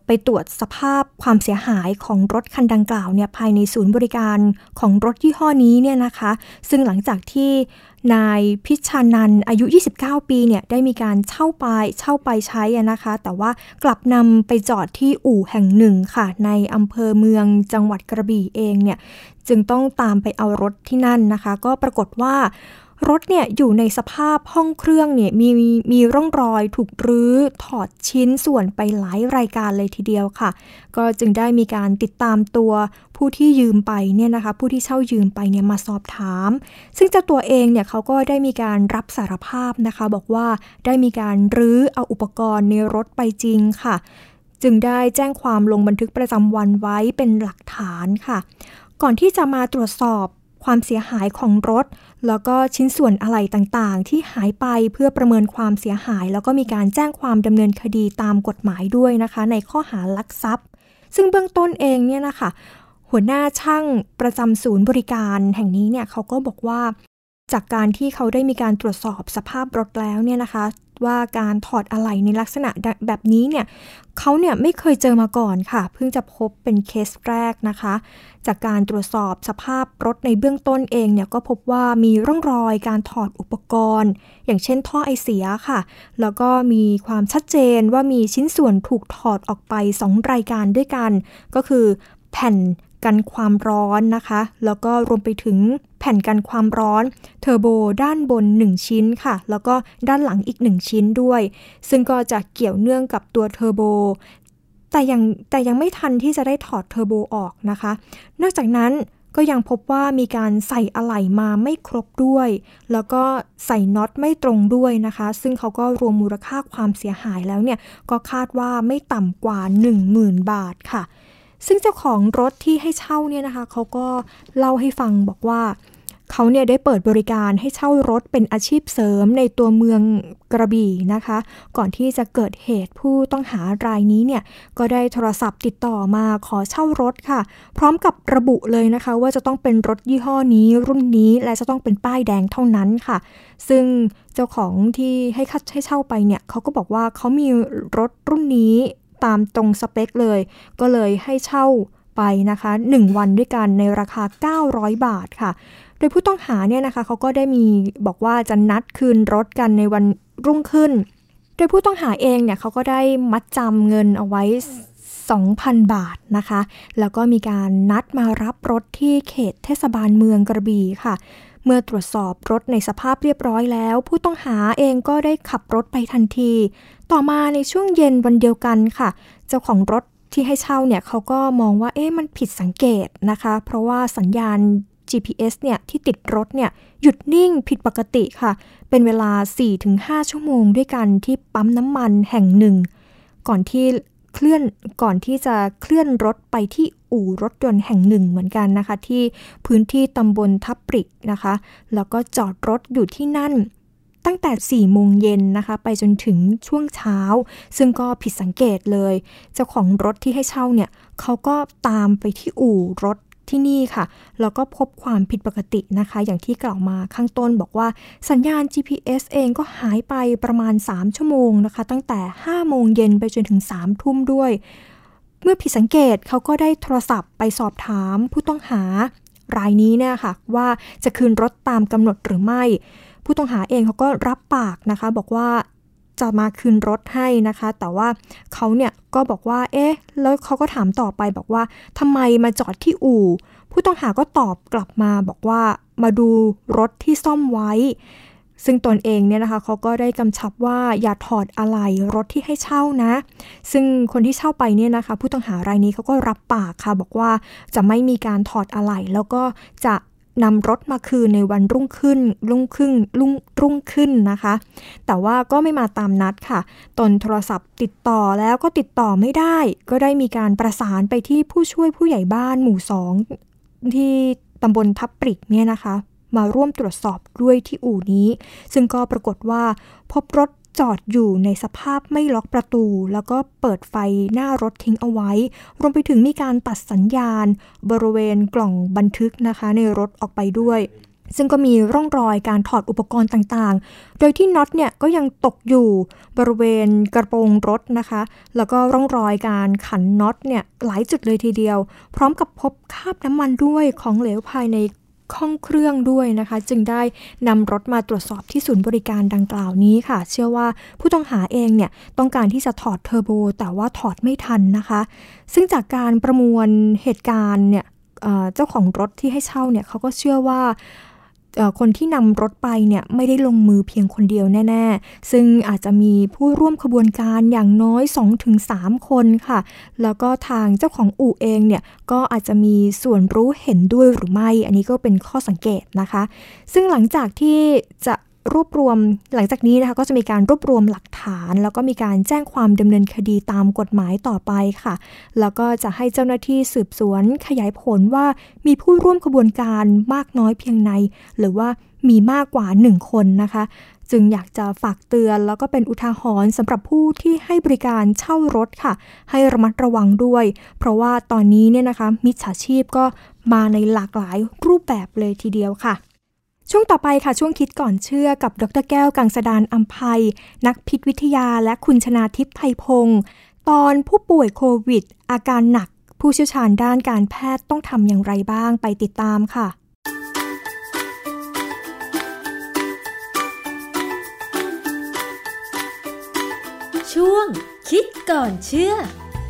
ไปตรวจสภาพความเสียหายของรถคันดังกล่าวเนี่ยภายในศูนย์บริการของรถยี่ห้อนี้เนี่ยนะคะซึ่งหลังจากที่นายพิชานันท์อายุยี่สิบเก้าปีเนี่ยได้มีการเช่าไปเช่าไปใช้นะคะแต่ว่ากลับนำไปจอดที่อู่แห่งหนึ่งค่ะในอำเภอเมืองจังหวัดกระบี่เองเนี่ยจึงต้องตามไปเอารถที่นั่นนะคะก็ปรากฏว่ารถเนี่ยอยู่ในสภาพห้องเครื่องเนี่ยมีมีมีร่องรอยถูกรื้อถอดชิ้นส่วนไปหลายรายการเลยทีเดียวค่ะก็จึงได้มีการติดตามตัวผู้ที่ยืมไปเนี่ยนะคะผู้ที่เช่ายืมไปเนี่ยมาสอบถามซึ่งเจ้าตัวเองเนี่ยเขาก็ได้มีการรับสารภาพนะคะบอกว่าได้มีการรื้อเอาอุปกรณ์ในรถไปจริงค่ะจึงได้แจ้งความลงบันทึกประจำวันไว้เป็นหลักฐานค่ะก่อนที่จะมาตรวจสอบความเสียหายของรถแล้วก็ชิ้นส่วนอะไหล่ต่างๆที่หายไปเพื่อประเมินความเสียหายแล้วก็มีการแจ้งความดำเนินคดีตามกฎหมายด้วยนะคะในข้อหาลักทรัพย์ซึ่งเบื้องต้นเองเนี่ยนะคะหัวหน้าช่างประจำศูนย์บริการแห่งนี้เนี่ยเขาก็บอกว่าจากการที่เขาได้มีการตรวจสอบสภาพรถแล้วเนี่ยนะคะว่าการถอดอะไหล่ในลักษณะแบบนี้เนี่ยเขาเนี่ยไม่เคยเจอมาก่อนค่ะเพิ่งจะพบเป็นเคสแรกนะคะจากการตรวจสอบสภาพรถในเบื้องต้นเองเนี่ยก็พบว่ามีร่องรอยการถอดอุปกรณ์อย่างเช่นท่อไอเสียค่ะแล้วก็มีความชัดเจนว่ามีชิ้นส่วนถูกถอดออกไปสองรายการด้วยกันก็คือแผ่นกันความร้อนนะคะแล้วก็รวมไปถึงแผ่นกันความร้อนเทอร์โบด้านบนหนึ่งชิ้นค่ะแล้วก็ด้านหลังอีกหนึ่งชิ้นด้วยซึ่งก็จะเกี่ยวเนื่องกับตัวเทอร์โบแต่ยังแต่ยังไม่ทันที่จะได้ถอดเทอร์โบออกนะคะนอกจากนั้นก็ยังพบว่ามีการใส่อะไหล่มาไม่ครบด้วยแล้วก็ใส่น็อตไม่ตรงด้วยนะคะซึ่งเขาก็รวมมูลค่าความเสียหายแล้วเนี่ยก็คาดว่าไม่ต่ำกว่า หนึ่งหมื่น บาทค่ะซึ่งเจ้าของรถที่ให้เช่าเนี่ยนะคะเขาก็เล่าให้ฟังบอกว่าเขาเนี่ยได้เปิดบริการให้เช่ารถเป็นอาชีพเสริมในตัวเมืองกระบี่นะคะก่อนที่จะเกิดเหตุผู้ต้องหารายนี้เนี่ยก็ได้โทรศัพท์ติดต่อมาขอเช่ารถค่ะพร้อมกับระบุเลยนะคะว่าจะต้องเป็นรถยี่ห้อนี้รุ่นนี้และจะต้องเป็นป้ายแดงเท่านั้นค่ะซึ่งเจ้าของที่ให้คัดให้เช่าไปเนี่ยเขาก็บอกว่าเขามีรถรุ่นนี้ตามตรงสเปคเลยก็เลยให้เช่าไปนะคะหนึ่งวันด้วยกันในราคาเก้าร้อยบาทค่ะโดยผู้ต้องหาเนี่ยนะคะเขาก็ได้มีบอกว่าจะนัดคืนรถกันในวันรุ่งขึ้นโดยผู้ต้องหาเองเนี่ยเขาก็ได้มัดจำเงินเอาไว้ สองพัน บาทนะคะแล้วก็มีการนัดมารับรถที่เขตเทศบาลเมืองกระบี่ค่ะเมื่อตรวจสอบรถในสภาพเรียบร้อยแล้วผู้ต้องหาเองก็ได้ขับรถไปทันทีต่อมาในช่วงเย็นวันเดียวกันค่ะเจ้าของรถที่ให้เช่าเนี่ยเขาก็มองว่าเอ๊ะมันผิดสังเกตนะคะเพราะว่าสัญญาณ จี พี เอส เนี่ยที่ติดรถเนี่ยหยุดนิ่งผิดปกติค่ะเป็นเวลา สี่ถึงห้า ชั่วโมงด้วยกันที่ปั๊มน้ำมันแห่งหนึ่งก่อนที่เคลื่อนก่อนที่จะเคลื่อนรถไปที่อู่รถยนต์แห่งหนึ่งเหมือนกันนะคะที่พื้นที่ตำบลทับปริกนะคะแล้วก็จอดรถอยู่ที่นั่นตั้งแต่ สี่โมงเย็นนะคะไปจนถึงช่วงเช้าซึ่งก็ผิดสังเกตเลยเจ้าของรถที่ให้เช่าเนี่ยเขาก็ตามไปที่อู่รถที่นี่ค่ะแล้วก็พบความผิดปกตินะคะอย่างที่กล่าวมาข้างต้นบอกว่าสัญญาณ จี พี เอส เองก็หายไปประมาณสามชั่วโมงนะคะตั้งแต่ห้าโมงเย็นไปจนถึงสามทุ่มด้วยเมื่อผิดสังเกตเขาก็ได้โทรศัพท์ไปสอบถามผู้ต้องหารายนี้เนี่ยค่ะว่าจะคืนรถตามกำหนดหรือไม่ผู้ต้องหาเองเขาก็รับปากนะคะบอกว่าจะมาคืนรถให้นะคะแต่ว่าเขาเนี่ยก็บอกว่าเอ๊ะแล้วเขาก็ถามต่อไปบอกว่าทำไมมาจอดที่อู่ผู้ต้องหาก็ตอบกลับมาบอกว่ามาดูรถที่ซ่อมไว้ซึ่งตนเองเนี่ยนะคะเขาก็ได้กำชับว่าอย่าถอดอะไหล่รถที่ให้เช่านะซึ่งคนที่เช่าไปเนี่ยนะคะผู้ต้องหารายนี้เขาก็รับปากค่ะบอกว่าจะไม่มีการถอดอะไหล่แล้วก็จะนำรถมาคืนในวันรุ่งขึ้นรุ่งขึ้นรุ่งรุ่งขึ้นนะคะแต่ว่าก็ไม่มาตามนัดค่ะตนโทรศัพท์ติดต่อแล้วก็ติดต่อไม่ได้ก็ได้มีการประสานไปที่ผู้ช่วยผู้ใหญ่บ้านหมู่สองที่ตำบลทับปริกเนี่ยนะคะมาร่วมตรวจสอบด้วยที่อู่นี้ซึ่งก็ปรากฏว่าพบรถจอดอยู่ในสภาพไม่ล็อกประตูแล้วก็เปิดไฟหน้ารถทิ้งเอาไว้รวมไปถึงมีการตัดสัญญาณบริเวณกล่องบันทึกนะคะในรถออกไปด้วยซึ่งก็มีร่องรอยการถอดอุปกรณ์ต่างๆโดยที่น็อตเนี่ยก็ยังตกอยู่บริเวณกระโปรงรถนะคะแล้วก็ร่องรอยการขันน็อตเนี่ยหลายจุดเลยทีเดียวพร้อมกับพบคราบน้ำมันด้วยของเหลวภายในห้องเครื่องด้วยนะคะจึงได้นำรถมาตรวจสอบที่ศูนย์บริการดังกล่าวนี้ค่ะเชื่อว่าผู้ต้องหาเองเนี่ยต้องการที่จะถอดเทอร์โบแต่ว่าถอดไม่ทันนะคะซึ่งจากการประมวลเหตุการณ์เนี่ยเจ้าของรถที่ให้เช่าเนี่ยเขาก็เชื่อว่าคนที่นำรถไปเนี่ยไม่ได้ลงมือเพียงคนเดียวแน่ๆซึ่งอาจจะมีผู้ร่วมขบวนการอย่างน้อย สองถึงสาม คนค่ะแล้วก็ทางเจ้าของอู่เองเนี่ยก็อาจจะมีส่วนรู้เห็นด้วยหรือไม่อันนี้ก็เป็นข้อสังเกตนะคะซึ่งหลังจากที่จะรวบรวมหลังจากนี้นะคะก็จะมีการรวบรวมหลักฐานแล้วก็มีการแจ้งความดำเนินคดีตามกฎหมายต่อไปค่ะแล้วก็จะให้เจ้าหน้าที่สืบสวนขยายผลว่ามีผู้ร่วมขบวนการมากน้อยเพียงใดหรือว่ามีมากกว่าหนึ่งคนนะคะจึงอยากจะฝากเตือนแล้วก็เป็นอุทาหรณ์สำหรับผู้ที่ให้บริการเช่ารถค่ะให้ระมัดระวังด้วยเพราะว่าตอนนี้เนี่ยนะคะมิจฉาชีพก็มาในหลากหลายรูปแบบเลยทีเดียวค่ะช่วงต่อไปค่ะช่วงคิดก่อนเชื่อกับดร.แก้วกังสดาลอำไพนักพิษวิทยาและคุณชนาทิพย์ไพพงศ์ตอนผู้ป่วยโควิดอาการหนักผู้เชี่ยวชาญด้านการแพทย์ต้องทำอย่างไรบ้างไปติดตามค่ะช่วงคิดก่อนเชื่อ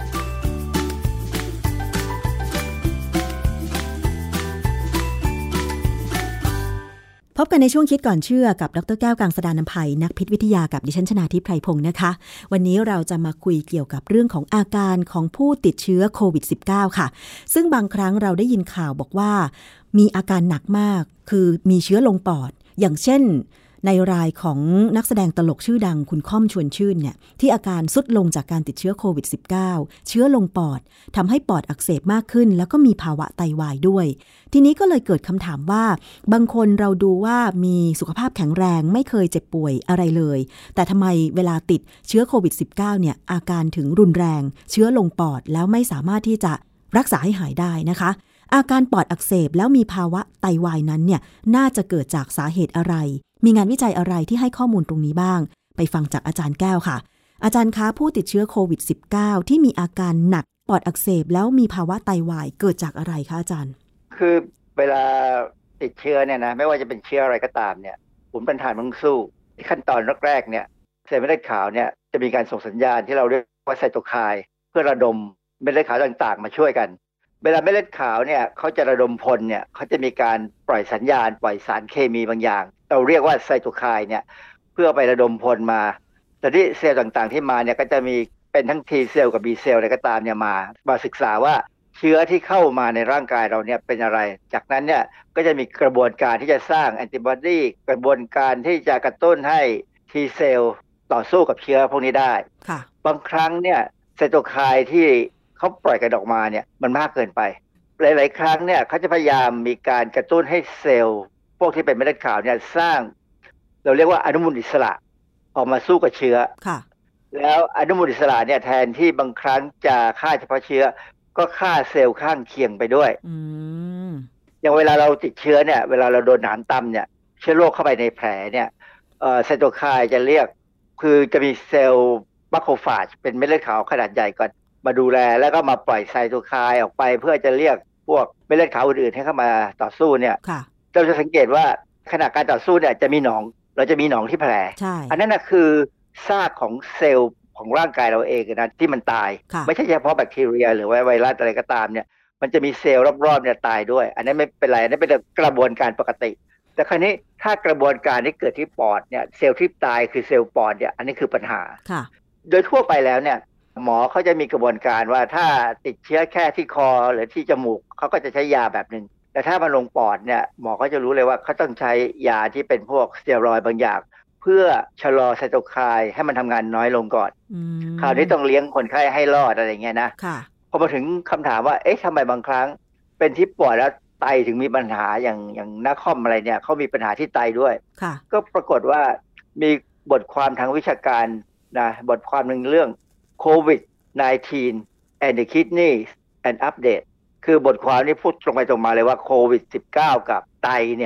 พบกันในช่วงคิดก่อนเชื่อกับดร.แก้วกังสดาลอำไพนักพิษวิทยากับดิฉันชนาทิพย์ไพพงศ์นะคะวันนี้เราจะมาคุยเกี่ยวกับเรื่องของอาการของผู้ติดเชื้อโควิด สิบเก้า ค่ะซึ่งบางครั้งเราได้ยินข่าวบอกว่ามีอาการหนักมากคือมีเชื้อลงปอดอย่างเช่นในรายของนักแสดงตลกชื่อดังคุณค่อมชวนชื่นเนี่ยที่อาการทรุดลงจากการติดเชื้อโควิด สิบเก้า เชื้อลงปอดทำให้ปอดอักเสบมากขึ้นแล้วก็มีภาวะไตวายด้วยทีนี้ก็เลยเกิดคำถามว่าบางคนเราดูว่ามีสุขภาพแข็งแรงไม่เคยเจ็บป่วยอะไรเลยแต่ทำไมเวลาติดเชื้อโควิด สิบเก้า เนี่ยอาการถึงรุนแรงเชื้อลงปอดแล้วไม่สามารถที่จะรักษาให้หายได้นะคะอาการปอดอักเสบแล้วมีภาวะไตวายนั้นเนี่ยน่าจะเกิดจากสาเหตุอะไรมีงานวิจัยอะไรที่ให้ข้อมูลตรงนี้บ้างไปฟังจากอาจารย์แก้วค่ะอาจารย์คะผู้ติดเชื้อโควิด สิบเก้า ที่มีอาการหนักปอดอักเสบแล้วมีภาวะไตวายเกิดจากอะไรคะอาจารย์คือเวลาติดเชื้อเนี่ยนะไม่ว่าจะเป็นเชื้ออะไรก็ตามเนี่ยภูมิต้านทานมันสู้ขั้นตอนแรกๆเนี่ยเซลล์เม็ดเลือดขาวเนี่ยจะมีการส่งสัญญาณที่เราเรียกว่าไซโตไคน์เพื่อระดมเม็ดเลือดขาวต่างๆมาช่วยกันเวลาเม็ดเลือดขาวเนี่ยเขาจะระดมพลเนี่ยเขาจะมีการปล่อยสัญญาณปล่อยสารเคมีบางอย่างเราเรียกว่าไซโตไคน์เนี่ยเพื่อไประดมพลมาแต่ที่เซลล์ต่างๆที่มาเนี่ยก็จะมีเป็นทั้ง T เซลล์กับ B เซลล์อะไรก็ตามเนี่ยมามาศึกษาว่าเชื้อที่เข้ามาในร่างกายเราเนี่ยเป็นอะไรจากนั้นเนี่ยก็จะมีกระบวนการที่จะสร้างแอนติบอดีกระบวนการที่จะกระตุ้นให้ T เซลล์ต่อสู้กับเชื้อพวกนี้ได้บางครั้งเนี่ยไซโตไคน์ที่เขาปล่อยกันออกมาเนี่ยมันมากเกินไปหลายๆครั้งเนี่ยเขาจะพยายามมีการกระตุ้นให้เซลล์พวกที่เป็นเม็ดเลือดขาวเนี่ยสร้างเราเรียกว่าอนุมูลอิสระออกมาสู้กับเชื้อแล้วอนุมูลอิสระเนี่ยแทนที่บางครั้งจะฆ่าเฉพาะเชื้อก็ฆ่าเซลล์ข้างเคียงไปด้วยอย่างเวลาเราติดเชื้อเนี่ยเวลาเราโดนหนามตำเนี่ยเชื้อโรคเข้าไปในแผลเนี่ยไซโตไคน์จะเรียกคือจะมีเซลล์แมคโครฟาจเป็นเม็ดเลือดขาวขนาดใหญ่ก่อนมาดูแลแล้วก็มาปล่อยไซโตไคน์ออกไปเพื่อจะเรียกพวกเม็ดเลือดขาวอื่นๆให้เข้ามาต่อสู้เนี่ยเราจะสังเกตว่าขณะการต่อสู้เนี่ยจะมีหนองเราจะมีหนองที่แผลอันนั้นนะคือซากของเซลล์ของร่างกายเราเองนะที่มันตายไม่ใช่เฉพาะแบคทีเรียหรือว่าไวรัสอะไรก็ตามเนี่ยมันจะมีเซลล์รอบๆเนี่ยตายด้วยอันนั้นไม่เป็นไรอันนั้นเป็นกระบวนการปกติแต่คราวนี้ถ้ากระบวนการที่เกิดที่ปอดเนี่ยเซลล์ที่ตายคือเซลล์ปอดเนี่ยอันนี้คือปัญหาโดยทั่วไปแล้วเนี่ยหมอเขาจะมีกระบวนการว่าถ้าติดเชื้อแค่ที่คอหรือที่จมูกเขาก็จะใช้ยาแบบนึงแต่ถ้ามันลงปอดเนี่ยหมอก็จะรู้เลยว่าเขาต้องใช้ยาที่เป็นพวกสเตียรอยด์บางอย่างเพื่อชะลอไซโตไคน์ให้มันทำงานน้อยลงก่อนคราวนี้ต้องเลี้ยงคนไข้ให้รอดอะไรเงี้ยนะพอมาถึงคำถามว่าเอ๊ะทำไมบางครั้งเป็นที่ปอดแล้วไตถึงมีปัญหาอย่างอย่างนักคอมอะไรเนี่ยเขามีปัญหาที่ไตด้วยก็ปรากฏว่ามีบทความทางวิชาการนะบทความหนึ่งเรื่อง โควิด สิบเก้า and the kidneys and update คือบทความนี้พูดตรงไปตรงมาเลยว่าโควิด สิบเก้า กับไตเนี่ย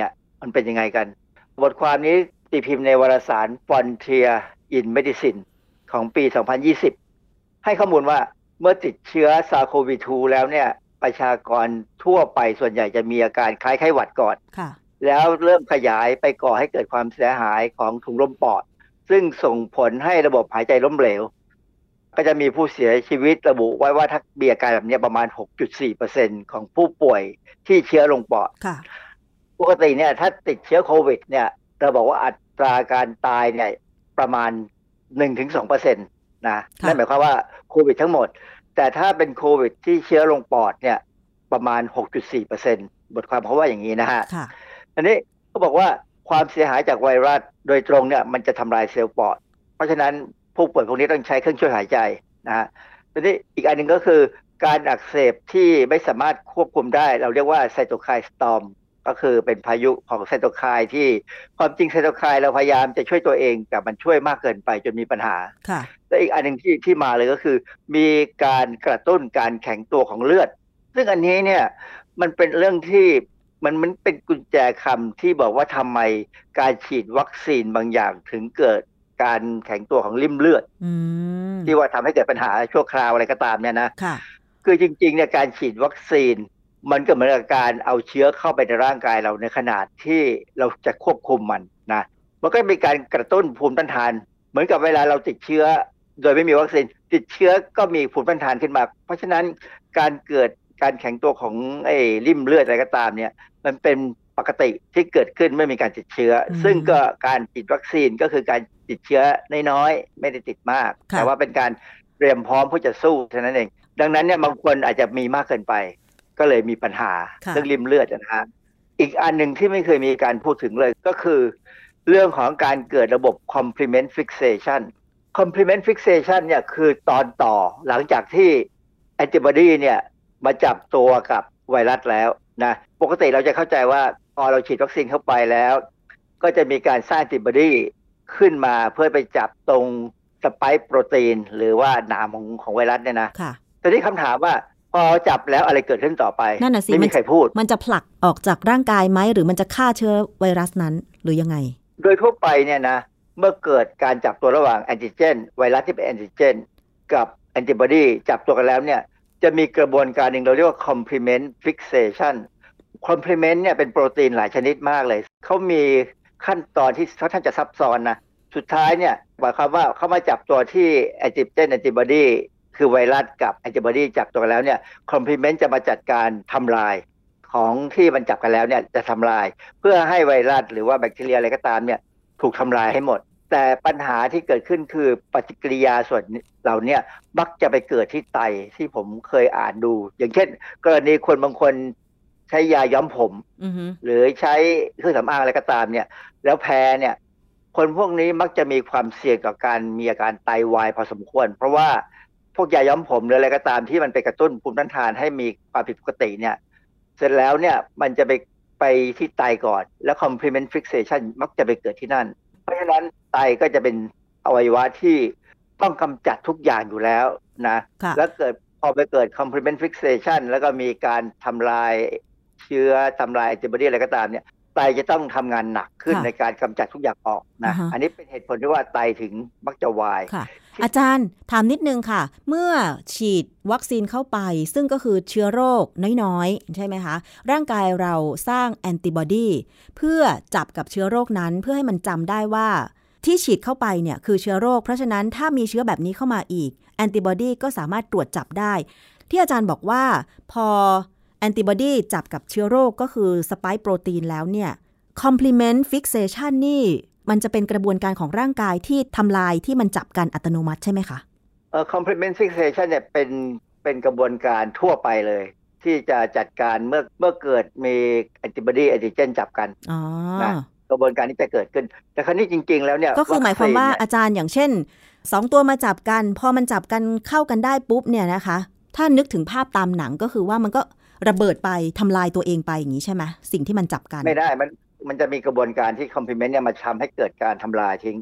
มันเป็นยังไงกันบทความนี้ตีพิมพ์ในวารสาร Frontier in Medicine ของปี สองพันยี่สิบ ให้ข้อมูลว่าเมื่อติดเชื้อ ซาร์ส โควี ทู แล้วเนี่ยประชากรทั่วไปส่วนใหญ่จะมีอาการคล้ายไข้หวัดก่อนแล้วเริ่มขยายไปก่อให้เกิดความเสียหายของถุงลมปอดซึ่งส่งผลให้ระบบหายใจล้มเหลวก็จะมีผู้เสียชีวิตระบุไว้ว่าถ้ามีอาการแบบนี้ประมาณ หกจุดสี่เปอร์เซ็นต์ ของผู้ป่วยที่เชื้อลงปอดปกติเนี่ยถ้าติดเชื้อโควิดเนี่ยเราบอกว่าอัตราการตายเนี่ยประมาณ หนึ่งถึงสองเปอร์เซ็นต์ นะนั่นหมายความว่าโควิดทั้งหมดแต่ถ้าเป็นโควิดที่เชื้อลงปอดเนี่ยประมาณ หกจุดสี่เปอร์เซ็นต์ บทความเขาว่าอย่างนี้นะฮะอันนี้เขาบอกว่าความเสียหายจากไวรัสโดยตรงเนี่ยมันจะทำลายเซลล์ปอดเพราะฉะนั้นผู้ป่วยพวกนี้ต้องใช้เครื่องช่วยหายใจนะฮะทีนี้อีกอันหนึ่งก็คือการอักเสบที่ไม่สามารถควบคุมได้เราเรียกว่าไซโตไคน์สตอร์มก็คือเป็นพายุของไซโตไคน์ที่ความจริงไซโตไคน์เราพยายามจะช่วยตัวเองแต่มันช่วยมากเกินไปจนมีปัญหาและอีกอันหนึ่งที่ที่มาเลยก็คือมีการกระตุ้นการแข็งตัวของเลือดซึ่งอันนี้เนี่ยมันเป็นเรื่องที่มันมันเป็นกุญแจคำที่บอกว่าทำไมการฉีดวัคซีนบางอย่างถึงเกิดการแข็งตัวของริ่มเลือดที่ว่าทำให้เกิดปัญหาชั่วคราวอะไรก็ตามเนี่ยนะคือจริงๆเนี่ยการฉีดวัคซีนมันก็เหมือนกับการเอาเชื้อเข้าไปในร่างกายเราในขนาดที่เราจะควบคุมมันนะมันก็เป็นการกระตุ้นภูมิต้านทานเหมือนกับเวลาเราติดเชื้อโดยไม่มีวัคซีนติดเชื้อก็มีภูมิต้านทานขึ้นมาเพราะฉะนั้นการเกิดการแข็งตัวของไอ้ริ่มเลือดอะไรก็ตามเนี่ยมันเป็นปกติที่เกิดขึ้นเมื่อมีการติดเชื้อซึ่งก็การฉีดวัคซีนก็คือการติดเชื้อน้อยๆไม่ได้ติดมากแต่ว่าเป็นการเตรียมพร้อมเพื่อจะสู้เท่านั้นเองดังนั้นเนี่ยบางคนอาจจะมีมากเกินไปก็เลยมีปัญหาเรื่องริ่มเลือดนะฮะอีกอันหนึ่งที่ไม่เคยมีการพูดถึงเลยก็คือเรื่องของการเกิดระบบ complement fixation complement fixation เนี่ยคือตอนต่อหลังจากที่ antibody เนี่ยมาจับตัวกับไวรัสแล้วนะปกติเราจะเข้าใจว่าพอเราฉีดวัคซีนเข้าไปแล้วก็จะมีการสร้างแอนติบอดีขึ้นมาเพื่อไปจับตรงสไปค์โปรตีนหรือว่าหนามของของไวรัสเนี่ยนะแต่ที่คำถามว่าพอจับแล้วอะไรเกิดขึ้นต่อไปนั่นน่ะสิไม่มีใครพูดมันจะผลักออกจากร่างกายไหมหรือมันจะฆ่าเชื้อไวรัสนั้นหรือยังไงโดยทั่วไปเนี่ยนะเมื่อเกิดการจับตัวระหว่างแอนติเจนไวรัสที่เป็นแอนติเจนกับแอนติบอดีจับตัวกันแล้วเนี่ยจะมีกระบวนการหนึ่งเราเรียกว่า complement fixation complement เนี่ยเป็นโปรตีนหลายชนิดมากเลยเขามีขั้นตอนที่เขาท่านจะซับซ้อนนะสุดท้ายเนี่ยหมายความว่าเขามาจับตัวที่แอนติเจนแอนติบอดีคือไวรัสกับแอนติบอดีจับตัวกันแล้วเนี่ย complement จะมาจัดการทำลายของที่มันจับกันแล้วเนี่ยจะทำลายเพื่อให้ไวรัสหรือว่าแบคทีเรียอะไรก็ตามเนี่ยถูกทำลายให้หมดแต่ปัญหาที่เกิดขึ้นคือปฏิกิริยาส่วนเหล่านี้มักจะไปเกิดที่ไตที่ผมเคยอ่านดูอย่างเช่นกรณีคนบางคนใช้ยาย้อมผม uh-huh. หรือใช้เครื่องสำอางอะไรก็ตามเนี่ยแล้วแพ้เนี่ยคนพวกนี้มักจะมีความเสี่ยงกับการมีอาการไตวายพอสมควรเพราะว่าพวกยาย้อมผมหรืออะไรก็ตามที่มันไปกระตุ้นภูมิต้านทานให้มีความผิดปกติเนี่ยเสร็จแล้วเนี่ยมันจะไปไปที่ไตก่อนแล้ว complement fixation มักจะไปเกิดที่นั่นเพราะฉะนั้นไตก็จะเป็นอวัยวะที่ต้องกำจัดทุกอย่างอยู่แล้วนะแล้วเกิดพอไปเกิด complement fixation แล้วก็มีการทำลายเชื้อทำลายแอนติบอดีอะไรก็ตามเนี่ยไตจะต้องทำงานหนักขึ้นในการกำจัดทุกอย่างออกนะ uh-huh. อันนี้เป็นเหตุผลที่ว่าไตถึงมักจะวายอาจารย์ถามนิดนึงค่ะเมื่อฉีดวัคซีนเข้าไปซึ่งก็คือเชื้อโรคน้อยๆใช่ไหมคะร่างกายเราสร้างแอนติบอดีเพื่อจับกับเชื้อโรคนั้นเพื่อให้มันจำได้ว่าที่ฉีดเข้าไปเนี่ยคือเชื้อโรคเพราะฉะนั้นถ้ามีเชื้อแบบนี้เข้ามาอีกแอนติบอดีก็สามารถตรวจจับได้ที่อาจารย์บอกว่าพอแอนติบอดีจับกับเชื้อโรคก็คือสไปค์โปรตีนแล้วเนี่ย complement fixation นี่มันจะเป็นกระบวนการของร่างกายที่ทำลายที่มันจับกันอัตโนมัติใช่ไหมคะเอ่อ complement fixation เนี่ยเป็นเป็นกระบวนการทั่วไปเลยที่จะจัดการเมื่อเมื่อเกิดมีแอนติบอดีแอนติเจนจับกันอ๋อนะกระบวนการนี้จะเกิดขึ้นแต่คราวนี้จริงๆแล้วเนี่ยก็คือหมายความว่าอาจารย์อย่างเช่นสองตัวมาจับกันพอมันจับกันเข้ากันได้ปุ๊บเนี่ยนะคะถ้านึกถึงภาพตามหนังก็คือว่ามันก็ระเบิดไปทำลายตัวเองไปอย่างนี้ใช่ไหมสิ่งที่มันจับกันไม่ได้มันมันจะมีกระบวนการที่ complement เนี่ยมาทำให้เกิดการทำลายทิ้ง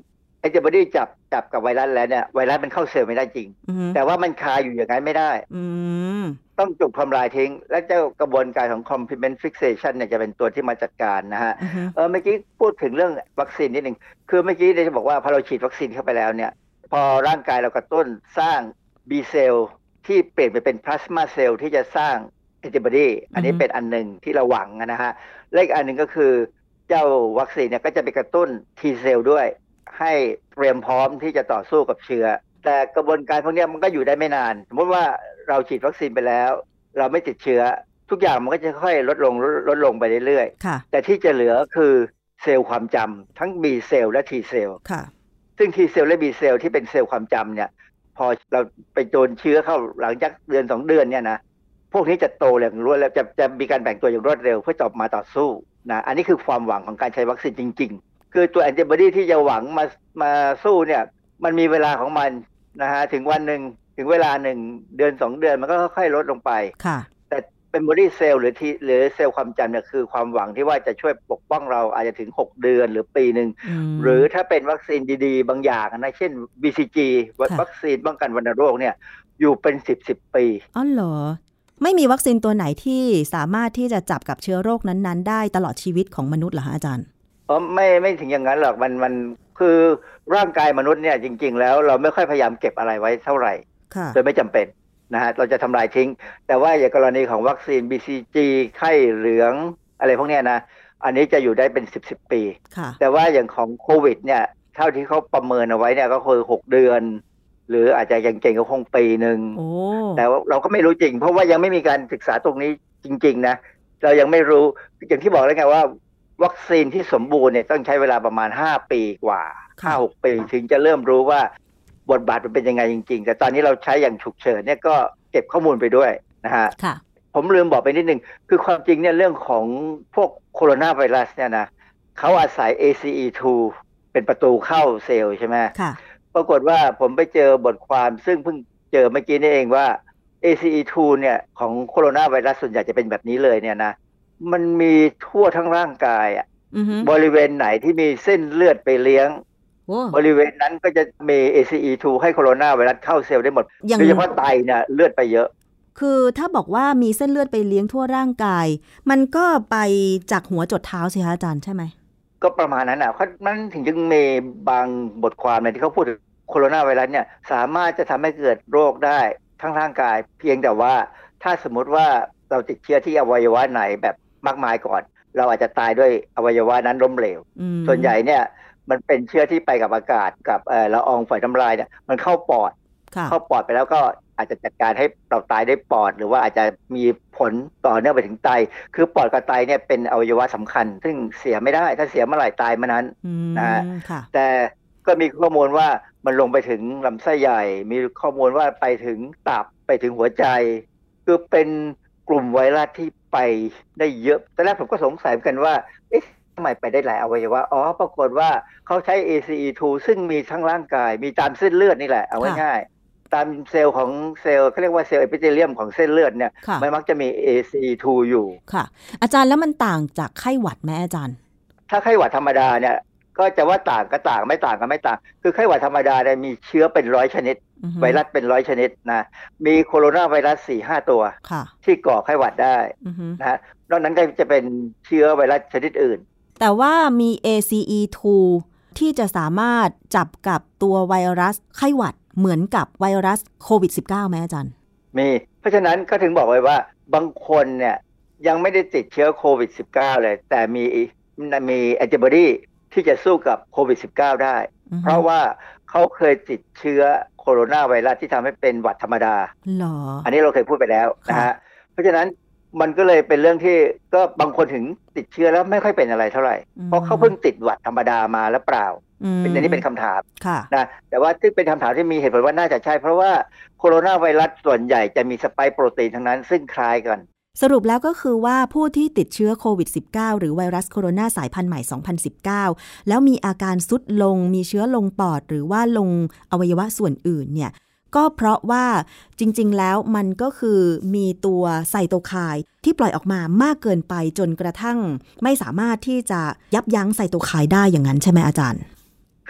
แอนติบอดีจับจับกับไวรัสแล้วเนี่ยไวรัสมันเข้าเซลล์ไม่ได้จริงแต่ว่ามันคาอยู่อย่างนั้นไม่ได้ต้องจุกทำลายทิ้งและเจ้ากระบวนการของ complement fixation เนี่ยจะเป็นตัวที่มาจัดการนะฮะเออเมื่อกี้พูดถึงเรื่องวัคซีนนิดนึงคือเมื่อกี้ได้จะบอกว่าพอเราฉีดวัคซีนเข้าไปแล้วเนี่ยพอร่างกายเรากระตุ้นสร้าง B เซลล์ที่เปลี่ยนไปเป็นพลาสมาเซลล์ที่จะสร้างแอนติบอดีอันนี้เป็นอันหนึ่งที่เราหวังนะฮะและอีกอันหนึ่งก็คือเจ้าวัคซีนเนี่ยก็จะไปกระตุ้น T เซลล์ด้วยให้เตรียมพร้อมที่จะต่อสู้กับเชื้อแต่กระบวนการพวกนี้มันก็อยู่ได้ไม่นานสมมติว่าเราฉีดวัคซีนไปแล้วเราไม่ติดเชื้อทุกอย่างมันก็จะค่อยลดลงลดลงไปเรื่อยๆแต่ที่จะเหลือคือเซลล์ความจำทั้ง B เซลล์และ T เซลล์ซึ่ง T เซลล์และ B เซลล์ที่เป็นเซลล์ความจำเนี่ยพอเราไปโดนเชื้อเข้าหลังจากเดือนสองเดือนเนี่ยนะพวกนี้จะโตอย่างรวดแล้วจะจะมีการแบ่งตัวอย่างรวดเร็วเพื่อจะมาต่อสู้นะอันนี้คือความหวังของการใช้วัคซีนจริงๆคือตัวแอนติบอดีที่จะหวังมามาสู้เนี่ยมันมีเวลาของมันนะฮะถึงวันหนึ่งถึงเวลาหนึ่งเดือนสองเดือนมันก็ค่อยๆลดลงไปแต่เป็นบอดี้เซลล์หรือทีหรือเซลล์ความจำเนี่ยคือความหวังที่ว่าจะช่วยปกป้องเราอาจจะถึงหกเดือนหรือปีหนึ่งหรือถ้าเป็นวัคซีนดีๆบางอย่างนะเช่น บี ซี จี วัคซีนป้องกันวัณโรคเนี่ยอยู่เป็นสิบสิบปีอ๋อเหรอไม่มีวัคซีนตัวไหนที่สามารถที่จะจับกับเชื้อโรคนั้นๆได้ตลอดชีวิตของมนุษย์เหรอคะอาจารย์อ๋อไม่ไม่ถึงอย่างนั้นหรอกมันมันคือร่างกายมนุษย์เนี่ยจริงๆแล้วเราไม่ค่อยพยายามเก็บอะไรไว้เท่าไหร่โดยไม่จำเป็นนะฮะเราจะทำลายทิ้งแต่ว่าอย่างกรณีของวัคซีน บี ซี จี ไข้เหลืองอะไรพวกเนี้ยนะอันนี้จะอยู่ได้เป็นสิบสิบปีแต่ว่าอย่างของโควิดเนี่ยเท่าที่เขาประเมินเอาไว้เนี่ยก็คือหกเดือนหรืออาจจะยังเก่งก็คงปีหนึ่งแต่เราก็ไม่รู้จริงเพราะว่ายังไม่มีการศึกษาตรงนี้จริงๆนะเรายังไม่รู้อย่างที่บอกแล้วไงว่าวัคซีนที่สมบูรณ์เนี่ยต้องใช้เวลาประมาณห้าปีกว่า ห้าหก ปีถึงจะเริ่มรู้ว่าบทบาทมันเป็นยังไงจริงๆแต่ตอนนี้เราใช้อย่างฉุกเฉินเนี่ยก็เก็บข้อมูลไปด้วยนะฮะผมลืมบอกไปนิดนึงคือความจริงเนี่ยเรื่องของพวกโคโรนาไวรัสเนี่ยนะเขาอาศัย เอ ซี อี ทู เป็นประตูเข้าเซลล์ใช่ไหมปรากฏว่าผมไปเจอบทความซึ่งเพิ่งเจอเมื่อกี้นี่เองว่า เอ ซี อี ทู เนี่ยของโคโรนาไวรัสส่วนใหญ่จะเป็นแบบนี้เลยเนี่ยนะมันมีทั่วทั้งร่างกายอ่ะ mm-hmm. บริเวณไหนที่มีเส้นเลือดไปเลี้ยง oh. บริเวณนั้นก็จะมี เอ ซี อี ทู ให้โคโรนาไวรัสเข้าเซลล์ได้หมดโดยเฉพาะไตเนี่ยเลือดไปเยอะคือถ้าบอกว่ามีเส้นเลือดไปเลี้ยงทั่วร่างกายมันก็ไปจากหัวจดเท้าสิคะอาจารย์ใช่ไหมก็ประมาณนั้นอ่ะมันถึงจึงมีบางบทความเนี่ยที่เขาพูดถึงโคโรนาไวรัสเนี่ยสามารถจะทำให้เกิดโรคได้ทั้งร่างกายเพียงแต่ว่าถ้าสมมติว่าเราติดเชื้อที่อวัยวะไหนแบบมากมายก่อนเราอาจจะตายด้วยอวัยวะนั้นล้มเหลวส่วนใหญ่เนี่ยมันเป็นเชื้อที่ไปกับอากาศกับเอ่อละอองฝอยน้ำลายเนี่ยมันเข้าปอดเข้าปอดไปแล้วก็อาจจะจัดการให้เราตายได้ปอดหรือว่าอาจจะมีผลต่อเนื่องไปถึงไตคือปอดกับไตเนี่ยเป็นอวัยวะสำคัญซึ่งเสียไม่ได้ถ้าเสียเมื่อไหร่ตายเมื่อนั้นนะฮะแต่ก็มีข้อมูลว่ามันลงไปถึงลำไส้ใหญ่มีข้อมูลว่าไปถึงตับไปถึงหัวใจคือเป็นกลุ่มไวรัสที่ไปได้เยอะตอนแรกผมก็สงสัยกันว่าเอ๊ะทำไมไปได้หลายอวัยวะอ๋อปรากฏว่าเขาใช้ เอ ซี อี ทู ซึ่งมีทั้งร่างกายมีตามเส้นเลือดนี่แหละเอาง่ายๆตามเซลล์ของเซลล์เขาเรียกว่าเซลล์เอพิเทเลียมของเส้นเลือดเนี่ยมันมักจะมี เอ ซี อี ทู อยู่ค่ะอาจารย์แล้วมันต่างจากไข้หวัดไหมอาจารย์ถ้าไข้หวัดธรรมดาเนี่ยก็จะว่าต่างก็ต่างไม่ต่างก็ไม่ต่างคือไข้หวัดธรรมดาเนี่ยมีเชื้อเป็นร้อยชนิด uh-huh. ไวรัสเป็นร้อยชนิดนะมีโคโรนาไวรัส สี่ห้า ตัวที่ก่อไข้หวัดได้ uh-huh. นะนอกนั้นก็จะเป็นเชื้อไวรัสชนิดอื่นแต่ว่ามี เอ ซี อี ทู ที่จะสามารถจับกับตัวไวรัสไข้หวัดเหมือนกับไวรัสโควิด สิบเก้า ไหมอาจารย์มีเพราะฉะนั้นก็ถึงบอกไว้ว่าบางคนเนี่ยยังไม่ได้ติดเชื้อโควิด สิบเก้า เลยแต่มีมีแอนติบอดีที่จะสู้กับโควิด สิบเก้า ได้ uh-huh. เพราะว่าเขาเคยติดเชื้อโคโรนาไวรัสที่ทำให้เป็นหวัดธรรมดาหรออันนี้เราเคยพูดไปแล้วนะฮะเพราะฉะนั้นมันก็เลยเป็นเรื่องที่ก็บางคนถึงติดเชื้อแล้วไม่ค่อยเป็นอะไรเท่าไหร่ uh-huh. เพราะเขาเพิ่งติดหวัดธรรมดามาแล้วเปล่า uh-huh. เป็นอันนี้เป็นคำถามนะแต่ว่าที่เป็นคำถามที่มีเหตุผลว่าน่าจะใช่เพราะว่าโคโรนาไวรัสส่วนใหญ่จะมีสไปค์โปรตีนทั้งนั้นซึ่งคล้ายกันสรุปแล้วก็คือว่าผู้ที่ติดเชื้อโควิด สิบเก้า หรือไวรัสโคโรนาสายพันธุ์ใหม่ สองพันสิบเก้า แล้วมีอาการทรุดลงมีเชื้อลงปอดหรือว่าลงอวัยวะส่วนอื่นเนี่ยก็เพราะว่าจริงๆแล้วมันก็คือมีตัวไซโตไคน์ที่ปล่อยออกมามากเกินไปจนกระทั่งไม่สามารถที่จะยับยั้งไซโตไคน์ได้อย่างนั้นใช่ไหมอาจารย์ค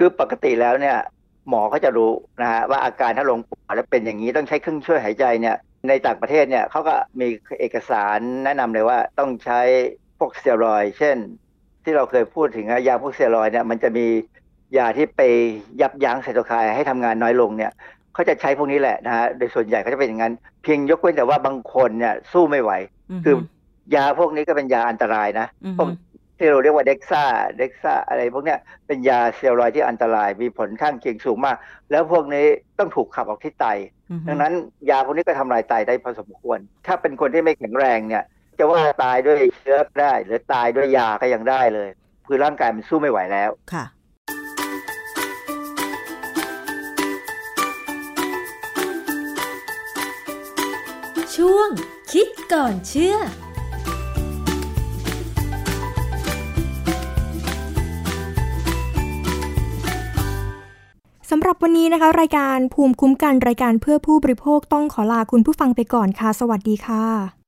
คือปกติแล้วเนี่ยหมอก็จะรู้นะฮะว่าอาการถ้าลงปอดแล้วเป็นอย่างนี้ต้องใช้เครื่องช่วยหายใจเนี่ยในต่างประเทศเนี่ยเขาก็มีเอกสารแนะนำเลยว่าต้องใช้พวกสเตียรอยด์เช่นที่เราเคยพูดถึงยาพวกสเตียรอยด์เนี่ยมันจะมียาที่ไปยับยั้งไซโตไคน์ให้ทำงานน้อยลงเนี่ยเขาจะใช้พวกนี้แหละนะฮะโดยส่วนใหญ่เขาจะเป็นอย่างนั้นเพียงยกเว้นแต่ว่าบางคนเนี่ยสู้ไม่ไหว mm-hmm. คือยาพวกนี้ก็เป็นยาอันตรายนะ mm-hmm. พวกที่เราเรียกว่าเด็กซ่าเด็กซ่าอะไรพวกเนี้ยเป็นยาสเตียรอยด์ที่อันตรายมีผลข้างเคียงสูงมากแล้วพวกนี้ต้องถูกขับออกที่ไต mm-hmm. ดังนั้นยาพวกนี้ก็ทำลายไตได้พอสมควรถ้าเป็นคนที่ไม่แข็งแรงเนี่ยจะว่าตายด้วยเชื้อได้หรือตายด้วยยาก็ยังได้เลยคือร่างกายมันสู้ไม่ไหวแล้วค่ะช่วงคิดก่อนเชื่อสำหรับวันนี้นะคะรายการภูมิคุ้มกันรายการเพื่อผู้บริโภคต้องขอลาคุณผู้ฟังไปก่อนค่ะสวัสดีค่ะ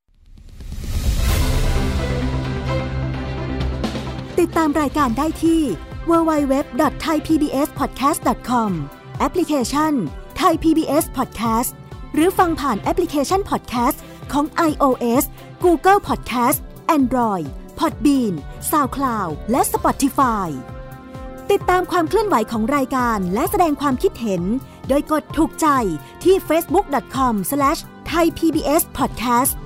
ติดตามรายการได้ที่ ดับเบิลยู ดับเบิลยู ดับเบิลยู ดอท ไทย พี บี เอส พอดแคสต์ ดอท คอม แอปพลิเคชัน Thai พี บี เอส Podcast หรือฟังผ่านแอปพลิเคชัน Podcast ของ iOS Google Podcast Android Podbean SoundCloud และ Spotify ติดตามความเคลื่อนไหวของรายการและแสดงความคิดเห็นโดยกดถูกใจที่ เฟซบุ๊ก ดอท คอม สแลช ไทย พี บี เอส พอดแคสต์